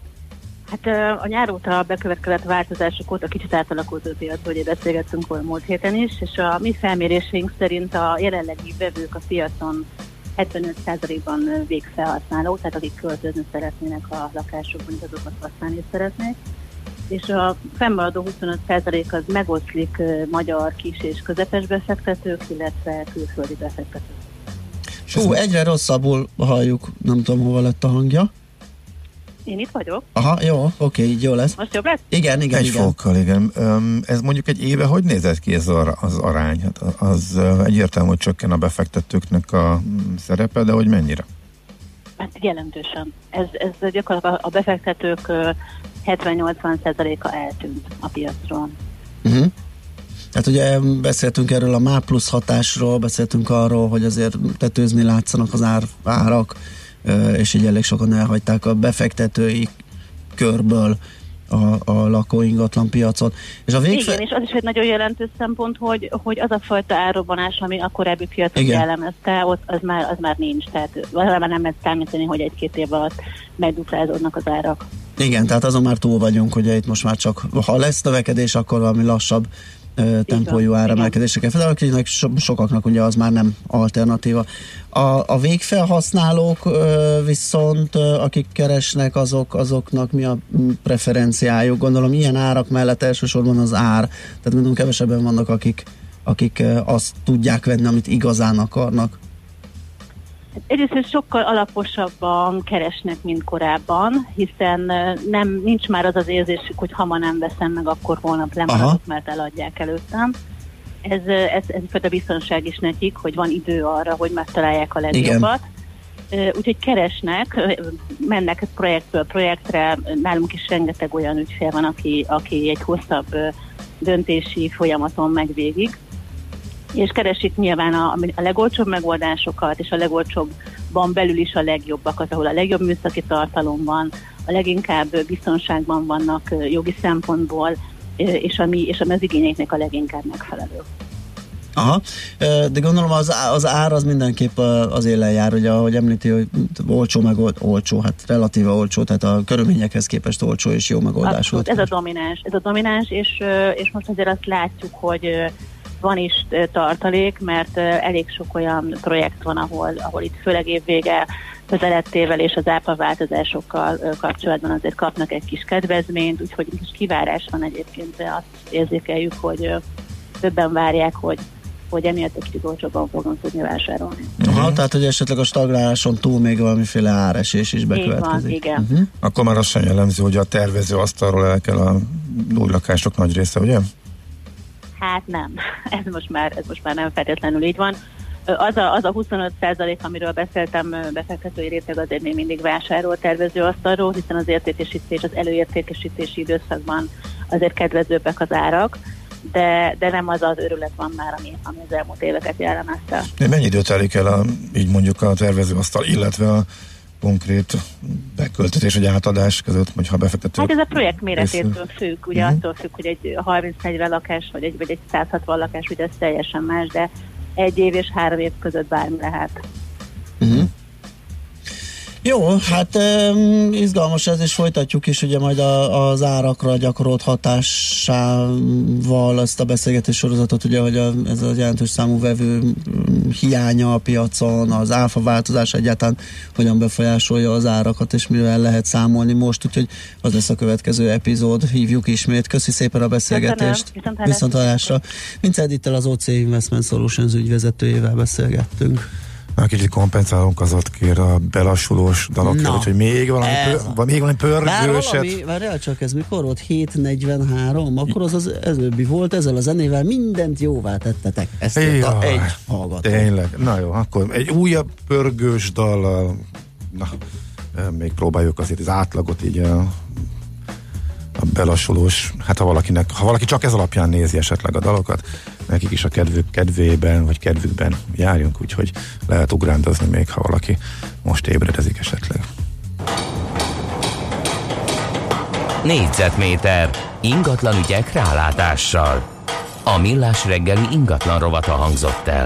Speaker 17: Hát a nyár óta bekövetkezett változások óta kicsit átalakult a piac, hogy beszélgettünk volna múlt héten is, és a mi felméréseink szerint a jelenlegi vevők a piacon 75%-ban végfelhasználók, tehát akik költözni szeretnének a lakásokban, azokat használni szeretnék. És a fennmaradó 25% az megoszlik magyar kis és közepes befektetők, illetve külföldi befektetők.
Speaker 4: Egyre rosszabbul halljuk, nem tudom, hova lett a hangja.
Speaker 17: Én itt vagyok.
Speaker 4: Aha, jó, oké, így jó lesz.
Speaker 17: Most jobb lesz?
Speaker 4: Igen.
Speaker 5: Egy fokkal, igen. Ez mondjuk egy éve hogy nézett ki ez az arány? Hát az egyértelmű, hogy csökken a befektetőknek a szerepe, de hogy mennyire?
Speaker 17: Hát jelentősen. Ez gyakorlatilag a befektetők 70-80%-a eltűnt a piacról.
Speaker 4: Uh-huh. Hát ugye beszéltünk erről a MÁ plusz hatásról, beszéltünk arról, hogy azért tetőzni látszanak az árak, és így elég sokan elhagyták a befektetői körből a lakóingatlan piacot. És
Speaker 17: igen, és az is egy nagyon jelentős szempont, hogy az a fajta árrobbanás, ami a korábbi piacot jellemezte, ott az már nincs. Tehát valami nem lehet számítani, hogy egy-két év alatt megduplázódnak az árak.
Speaker 4: Igen, tehát azon már túl vagyunk, ugye itt most már csak, ha lesz növekedés, akkor valami lassabb tempójú áremelkedéseket fel, akiknek sokaknak ugye az már nem alternatíva. A végfelhasználók viszont, akik keresnek, azoknak mi a preferenciájuk? Gondolom ilyen árak mellett elsősorban az ár, tehát gondolom kevesebben vannak, akik azt tudják venni, amit igazán akarnak.
Speaker 17: Egyrészt sokkal alaposabban keresnek, mint korábban, hiszen nincs már az érzésük, hogy ha ma nem veszem meg, akkor holnap lemaradok, mert eladják előttem. Ez egyfajta biztonság is nekik, hogy van idő arra, hogy megtalálják a legjobbat. Úgyhogy keresnek, mennek projektről projektre, nálunk is rengeteg olyan ügyfél van, aki egy hosszabb döntési folyamaton megy végig, és keresik nyilván a legolcsóbb megoldásokat, és a legolcsóbbban belül is a legjobbakat, ahol a legjobb műszaki tartalom van, a leginkább biztonságban vannak jogi szempontból, és ami az igényeknek a leginkább megfelelő.
Speaker 4: Aha, de gondolom az ár az mindenképp az élen jár, ugye, ahogy említi, hogy olcsó, meg olcsó, hát relatíve olcsó, tehát a körülményekhez képest olcsó és jó megoldás.
Speaker 17: Abszolút, ez a domináns, és most azért azt látjuk, hogy van is tartalék, mert elég sok olyan projekt van, ahol itt főleg évvége közelettével és az áfa változásokkal kapcsolatban azért kapnak egy kis kedvezményt, úgyhogy kis kivárás van egyébként, de azt érzékeljük, hogy többen várják, hogy emiatt egy kicsit olcsóbban fogunk tudni vásárolni.
Speaker 4: Aha, tehát, hogy esetleg a stagnáláson túl még valamiféle áresés is bekövetkezik.
Speaker 17: Így van, igen.
Speaker 5: Akkor már azt sem jellemző, hogy a tervező asztalról el kell a új lakások nagy része, ugye?
Speaker 17: Hát nem. Ez most már nem feltétlenül így van. Az a 25%, amiről beszéltem, befektetői réteg azért még mindig vásárol tervezőasztalról, hiszen az előértékesítési időszakban azért kedvezőbbek az árak, de nem az őrület van már, ami az elmúlt éveket jellemezte.
Speaker 5: Mennyi időt telik el így mondjuk a tervezőasztal, illetve a konkrét beköltetés vagy átadás között, vagy ha befektető?
Speaker 17: Hát ez a projekt méretétől függ, ugye attól függ, hogy egy 30-40 lakás, vagy egy 160 lakás, ugye ez teljesen más, de 1 év és 3 év között bármi lehet.
Speaker 4: Jó, hát izgalmas ez, és folytatjuk is ugye majd az árakra gyakorolt hatásával ezt a beszélgetés sorozatot, ugye, hogy ez a jelentős számú vevő hiánya a piacon, az áfa változás egyáltalán hogyan befolyásolja az árakat, és mivel lehet számolni most, úgyhogy az lesz a következő epizód, hívjuk ismét. Köszi szépen a beszélgetést. Viszonthallásra. Vince Edittel, az OC Investment Solutions ügyvezetőjével beszélgettünk.
Speaker 5: Na, kicsit kompenzálunk az ott kér a belassulós dalokért, úgyhogy még valami pörgőset.
Speaker 4: Várjál csak, ez mikor volt? 7:43? Akkor az előbbi volt, ezzel a zenével mindent jóvá tettetek. Ezt írta egy hallgató.
Speaker 5: Tényleg. Na jó, akkor egy újabb pörgős dallal, még próbáljuk azért az átlagot így a belassulós, hát ha valaki csak ez alapján nézi esetleg a dalokat, nekik is a kedvében, vagy kedvükben járjunk, úgyhogy lehet ugrándozni még, ha valaki most ébredezik esetleg.
Speaker 1: Négyzetméter ingatlan ügyek rálátással. A Millás reggeli ingatlan rovata hangzott el.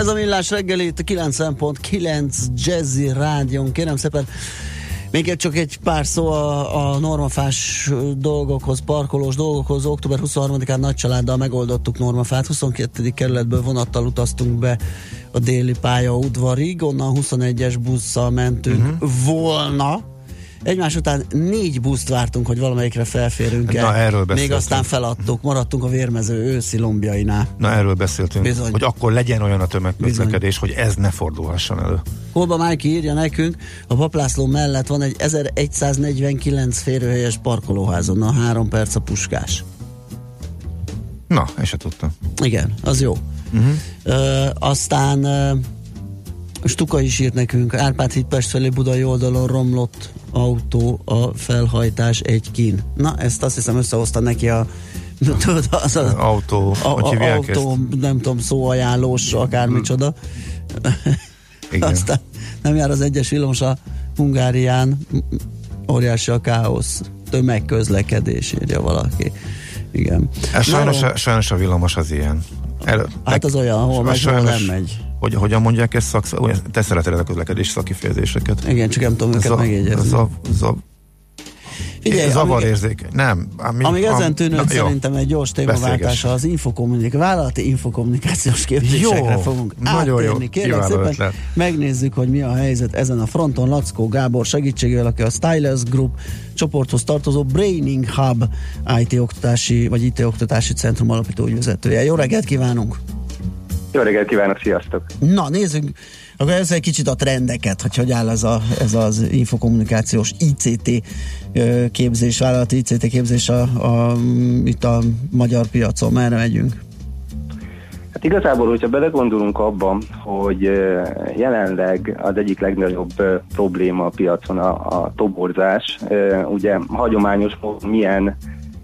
Speaker 4: Ez a Millás reggeli, itt a 90.9 Jazzy Rádion. Kérem szépen, még csak egy pár szó a normafás dolgokhoz, parkolós dolgokhoz. Október 23-án nagy családdal megoldottuk Normafát. 22. kerületből vonattal utaztunk be a déli pályaudvarig, onnan 21-es busszal mentünk volna. Egymás után 4 buszt vártunk, hogy valamelyikre felférünk-e.
Speaker 5: Na, erről beszéltünk.
Speaker 4: Még aztán feladtuk, maradtunk a Vérmező őszi lombjainál.
Speaker 5: Na, erről beszéltünk,
Speaker 4: bizony,
Speaker 5: hogy akkor legyen olyan a tömegközlekedés, hogy ez ne fordulhasson elő.
Speaker 4: Kolba Májki írja nekünk, a Paplászló mellett van egy 1149 férőhelyes parkolóházon, a 3 perc a Puskás.
Speaker 5: Na, ezt se tudtam.
Speaker 4: Igen, az jó. Aztán Stuka is írt nekünk, Árpád híd Pest felé Budai oldalon romlott autó, a felhajtás egy kín. Na, ezt azt hiszem összehozta neki
Speaker 5: autó,
Speaker 4: nem tudom, szóajánlós, akármicsoda. Aztán nem jár az egyes villamos a Hungárián, óriási a káosz, tömegközlekedés, írja valaki. Igen.
Speaker 5: Sajnos a villamos az ilyen.
Speaker 4: Hát az olyan, ahol megy, ahol nem megy.
Speaker 5: Hogyan mondják ezt te szereted a közlekedés szakifejezéseket.
Speaker 4: Igen, csak nem tudom őket megjegyezni. Figyelj,
Speaker 5: zavarérzékeny. Nem.
Speaker 4: Amíg ezen tűnőd, szerintem egy gyors témaváltása az vállalati infokommunikációs képzésekre fogunk áttérni. Kérlek szépen, megnézzük, hogy mi a helyzet ezen a fronton. Lackó Gábor segítségével, aki a Stylus Group csoporthoz tartozó Braining Hub IT-oktatási centrum alapító ügyvezetője. Jó reggelt kívánunk!
Speaker 18: Jó reggelt kívánok, sziasztok!
Speaker 4: Na, nézzük akkor ez egy kicsit a trendeket, hogy áll ez az infokommunikációs ICT képzés, vállalati ICT képzés itt a magyar piacon. Merre megyünk?
Speaker 18: Hát igazából, hogyha belegondolunk abban, hogy jelenleg az egyik legnagyobb probléma a piacon a toborzás, ugye hagyományos módon milyen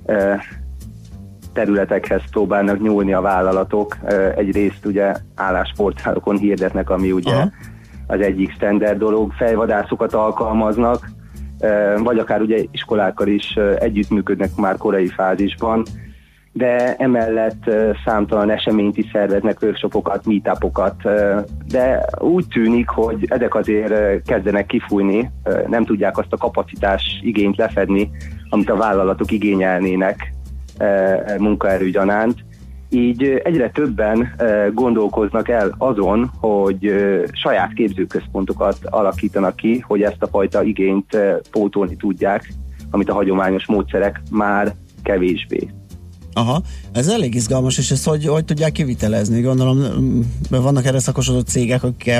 Speaker 18: területekhez próbálnak nyúlni a vállalatok. Egyrészt ugye állásportálokon hirdetnek, ami ugye az egyik standard dolog, fejvadászokat alkalmaznak, vagy akár ugye iskolákkal is együttműködnek már korai fázisban, de emellett számtalan eseményt is szerveznek, workshopokat, meetupokat, de úgy tűnik, hogy ezek azért kezdenek kifújni, nem tudják azt a kapacitás igényt lefedni, amit a vállalatok igényelnének munkaerő gyanánt. Így egyre többen gondolkoznak el azon, hogy saját képzőközpontokat alakítanak ki, hogy ezt a fajta igényt pótolni tudják, amit a hagyományos módszerek már kevésbé.
Speaker 4: Aha, ez elég izgalmas, és ezt hogy tudják kivitelezni? Gondolom, vannak erre szakosodott cégek, akik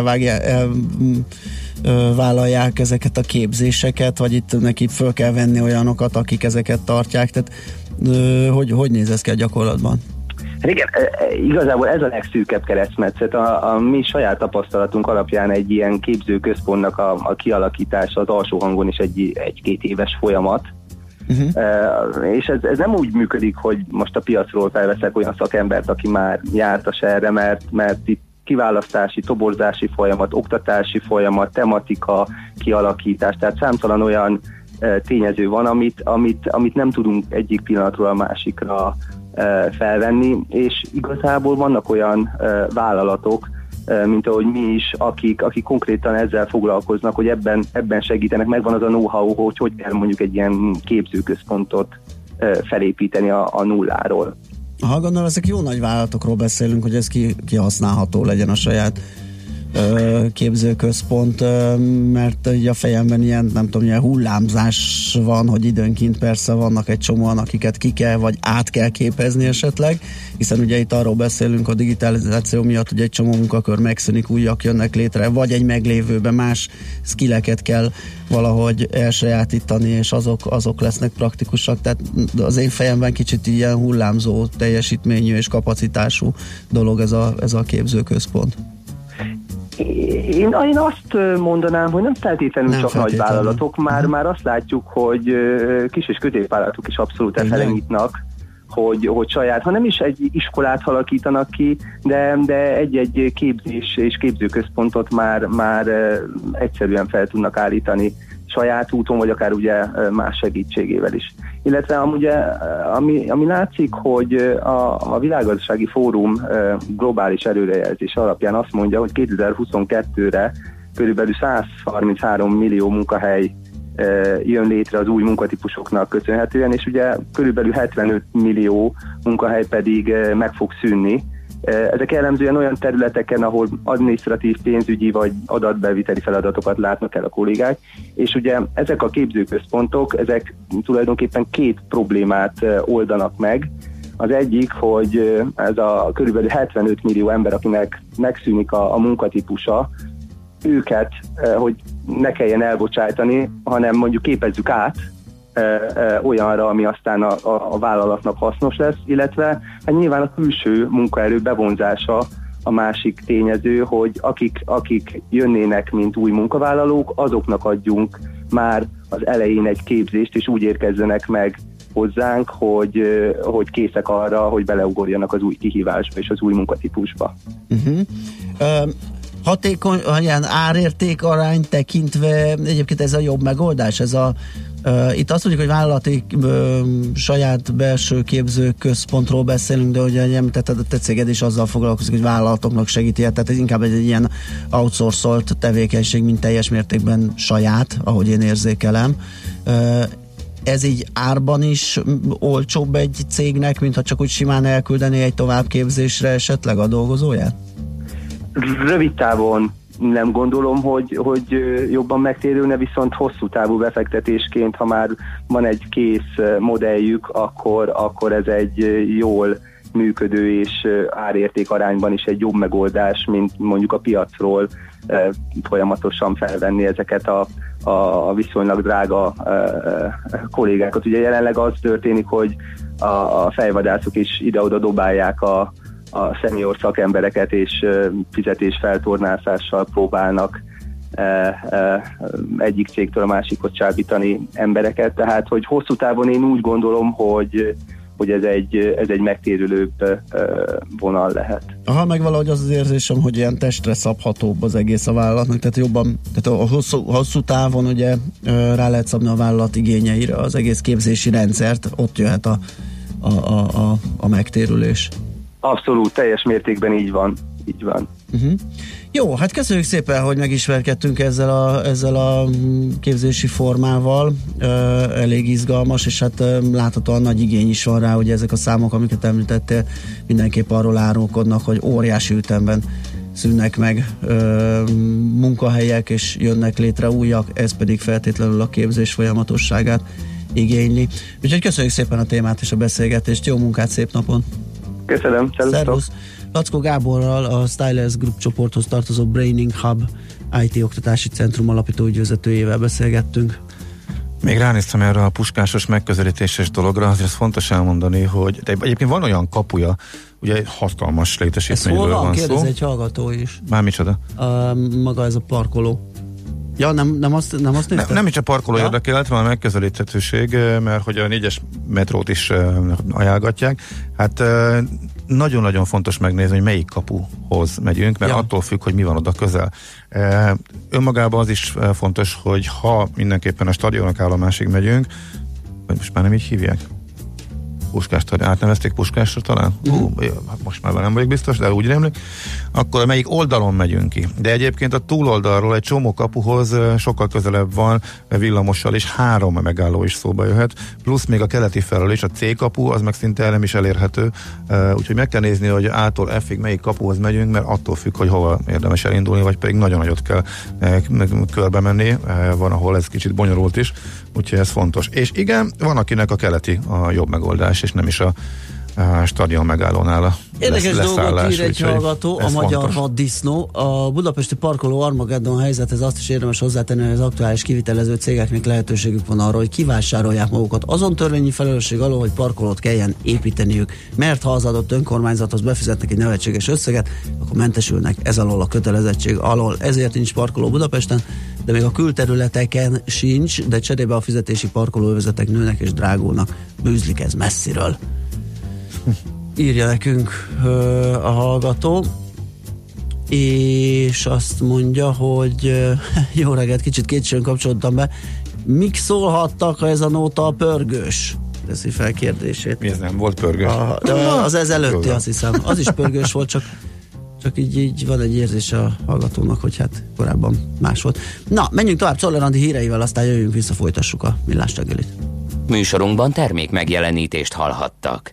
Speaker 4: vállalják ezeket a képzéseket, vagy itt neki föl kell venni olyanokat, akik ezeket tartják, tehát hogy néz ez ki a gyakorlatban?
Speaker 18: Hát igen, igazából ez a legszűkebb keresztmetszet. A mi saját tapasztalatunk alapján egy ilyen képzőközpontnak a kialakítása az alsó hangon is egy-két éves folyamat. És ez nem úgy működik, hogy most a piacról felveszek olyan szakembert, aki már jártas erre, mert itt kiválasztási, toborzási folyamat, oktatási folyamat, tematika kialakítás, tehát számtalan olyan tényező van, amit nem tudunk egyik pillanatról a másikra felvenni, és igazából vannak olyan vállalatok, mint ahogy mi is, akik konkrétan ezzel foglalkoznak, hogy ebben segítenek, megvan az a know-how, hogy kell mondjuk egy ilyen képzőközpontot felépíteni a nulláról.
Speaker 4: Ha gondolom, ezek jó nagy vállalatokról beszélünk, hogy ez kihasználható legyen a saját képzőközpont, mert ugye a fejemben ilyen, nem tudom, ilyen hullámzás van, hogy időnként persze vannak egy csomóan, akiket ki kell, vagy át kell képezni esetleg, hiszen ugye itt arról beszélünk a digitalizáció miatt, hogy egy csomó munkakör megszűnik, újak jönnek létre, vagy egy meglévőben más skilleket kell valahogy elsajátítani, és azok lesznek praktikusak, tehát az én fejemben kicsit ilyen hullámzó teljesítményű és kapacitású dolog ez a képzőközpont.
Speaker 18: Én azt mondanám, hogy nem feltétlenül nem csak nagyvállalatok, már azt látjuk, hogy kis és középvállalatok is abszolút efele nyitnak, hogy saját, ha nem is egy iskolát alakítanak ki, de egy képzés és képzőközpontot már egyszerűen fel tudnak állítani saját úton, vagy akár ugye más segítségével is. Illetve amúgy, ami látszik, hogy a Világgazdasági Fórum globális előrejelzés alapján azt mondja, hogy 2022-re körülbelül 133 millió munkahely jön létre az új munkatípusoknak köszönhetően, és ugye körülbelül 75 millió munkahely pedig meg fog szűnni. Ezek jellemzően olyan területeken, ahol adminisztratív, pénzügyi vagy adatbeviteli feladatokat látnak el a kollégák, és ugye ezek a képzőközpontok, ezek tulajdonképpen két problémát oldanak meg. Az egyik, hogy ez a körülbelül 75 millió ember, akinek megszűnik a munkatípusa, őket, hogy ne kelljen elbocsájtani, hanem mondjuk képezzük át olyanra, ami aztán a vállalatnak hasznos lesz, illetve hát nyilván a külső munkaerő bevonzása a másik tényező, hogy akik jönnének, mint új munkavállalók, azoknak adjunk már az elején egy képzést, és úgy érkezzenek meg hozzánk, hogy készek arra, hogy beleugorjanak az új kihívásba és az új munkatípusba.
Speaker 4: Hatékony, ilyen árérték arány tekintve egyébként ez a jobb megoldás, itt azt mondjuk, hogy vállalati saját belső képzőközpontról beszélünk, de ugye említetted, a te céged is azzal foglalkozik, hogy vállalatoknak segíti, tehát ez inkább egy ilyen outsourcolt tevékenység, mint teljes mértékben saját, ahogy én érzékelem. Ez így árban is olcsóbb egy cégnek, mintha csak úgy simán elküldeni egy továbbképzésre esetleg a dolgozóját?
Speaker 18: Rövid távon nem gondolom, hogy jobban megtérülne, viszont hosszú távú befektetésként, ha már van egy kész modelljük, akkor ez egy jól működő és árérték arányban is egy jobb megoldás, mint mondjuk a piacról folyamatosan felvenni ezeket a viszonylag drága kollégákat. Ugye jelenleg az történik, hogy a fejvadászok is ide-oda dobálják a senior szakembereket, és fizetésfeltornázással próbálnak egyik cégtől a másikhoz csábítani embereket, tehát hogy hosszú távon én úgy gondolom, hogy ez egy megtérülőbb vonal lehet.
Speaker 4: Aha, meg valahogy az érzésem, hogy ilyen testre szabhatóbb az egész a vállalatnak, tehát jobban, tehát a hosszú távon ugye rá lehet szabni a vállalat igényeire az egész képzési rendszert, ott jöhet a megtérülés.
Speaker 18: Abszolút, teljes mértékben így van.
Speaker 4: Jó, hát köszönjük szépen, hogy megismerkedtünk ezzel a képzési formával, elég izgalmas, és hát láthatóan nagy igény is van rá, hogy ezek a számok, amiket említettél, mindenképp arról árulkodnak, hogy óriási ütemben szűnnek meg munkahelyek, és jönnek létre újak, ez pedig feltétlenül a képzés folyamatosságát igényli. Úgyhogy köszönjük szépen a témát és a beszélgetést, jó munkát, szép napon!
Speaker 18: Köszönöm,
Speaker 4: szervusz! Lackó Gáborral, a Stylers Group csoporthoz tartozó Braining Hub IT oktatási centrum alapító ügyvezetőjével beszélgettünk.
Speaker 5: Még ránéztem erre a puskásos megközelítéses dologra, azért fontos elmondani, hogy de egyébként van olyan kapuja, ugye egy hatalmas létesítményről van szó.
Speaker 4: Kérdez egy hallgató is.
Speaker 5: Már micsoda?
Speaker 4: Maga ez a parkoló. Ja, nem azt nézted?
Speaker 5: Nem is a parkoló érdekelt, van a megközelíthetőség, mert hogy a 4-es metrót is ajánlgatják. Hát nagyon-nagyon fontos megnézni, hogy melyik kapuhoz megyünk, mert attól függ, hogy mi van oda közel. Önmagában az is fontos, hogy ha mindenképpen a stadionok állomásig megyünk, vagy most már nem így hívják? Átnevezték Puskásra talán? Most már nem vagyok biztos, de úgy rémlik. Akkor melyik oldalon megyünk ki? De egyébként a túloldalról egy csomó kapuhoz sokkal közelebb van, villamossal is 3 megálló is szóba jöhet, plusz még a keleti felől is, a C kapu, az meg szinte nem is elérhető, úgyhogy meg kell nézni, hogy A-tól F-ig melyik kapuhoz megyünk, mert attól függ, hogy hova érdemes elindulni, vagy pedig nagyon nagyot kell körbe menni, van, ahol ez kicsit bonyolult is, úgyhogy ez fontos. És igen, van akinek a keleti a jobb megoldás, és nem is a stadion megállónál a
Speaker 4: érdekes dolgot ír egy hallgató, a magyar
Speaker 5: fontos.
Speaker 4: Vaddisznó. A budapesti parkoló Armageddon helyzethez azt is érdemes hozzátenni, hogy az aktuális kivitelező cégeknek lehetőségük van arra, hogy kivásárolják magukat azon törvényi felelősség alól, hogy parkolót kelljen építeniük, mert ha az adott önkormányzathoz befizetnek egy nevetséges összeget, akkor mentesülnek ez alól a kötelezettség alól. Ezért nincs parkoló Budapesten, de még a külterületeken sincs, de cserébe a fizetési parkolóövezetek nőnek és drágulnak. Bűzlik ez messziről. Írja nekünk a hallgató. és azt mondja, hogy jó reggelt, kicsit kétségben kapcsolódtam be, mik szólhattak, ha ez a nóta a pörgős? Teszi fel kérdését.
Speaker 5: Mi ez, nem volt pörgős?
Speaker 4: Az ez előtti, azt hiszem. Az is pörgős volt, csak így van egy érzés a hallgatónak, hogy hát korábban más volt. Na, menjünk tovább Czoller Andi híreivel, aztán jöjjünk vissza, folytassuk a Millás reggelit.
Speaker 1: Műsorunkban termék megjelenítést hallhattak.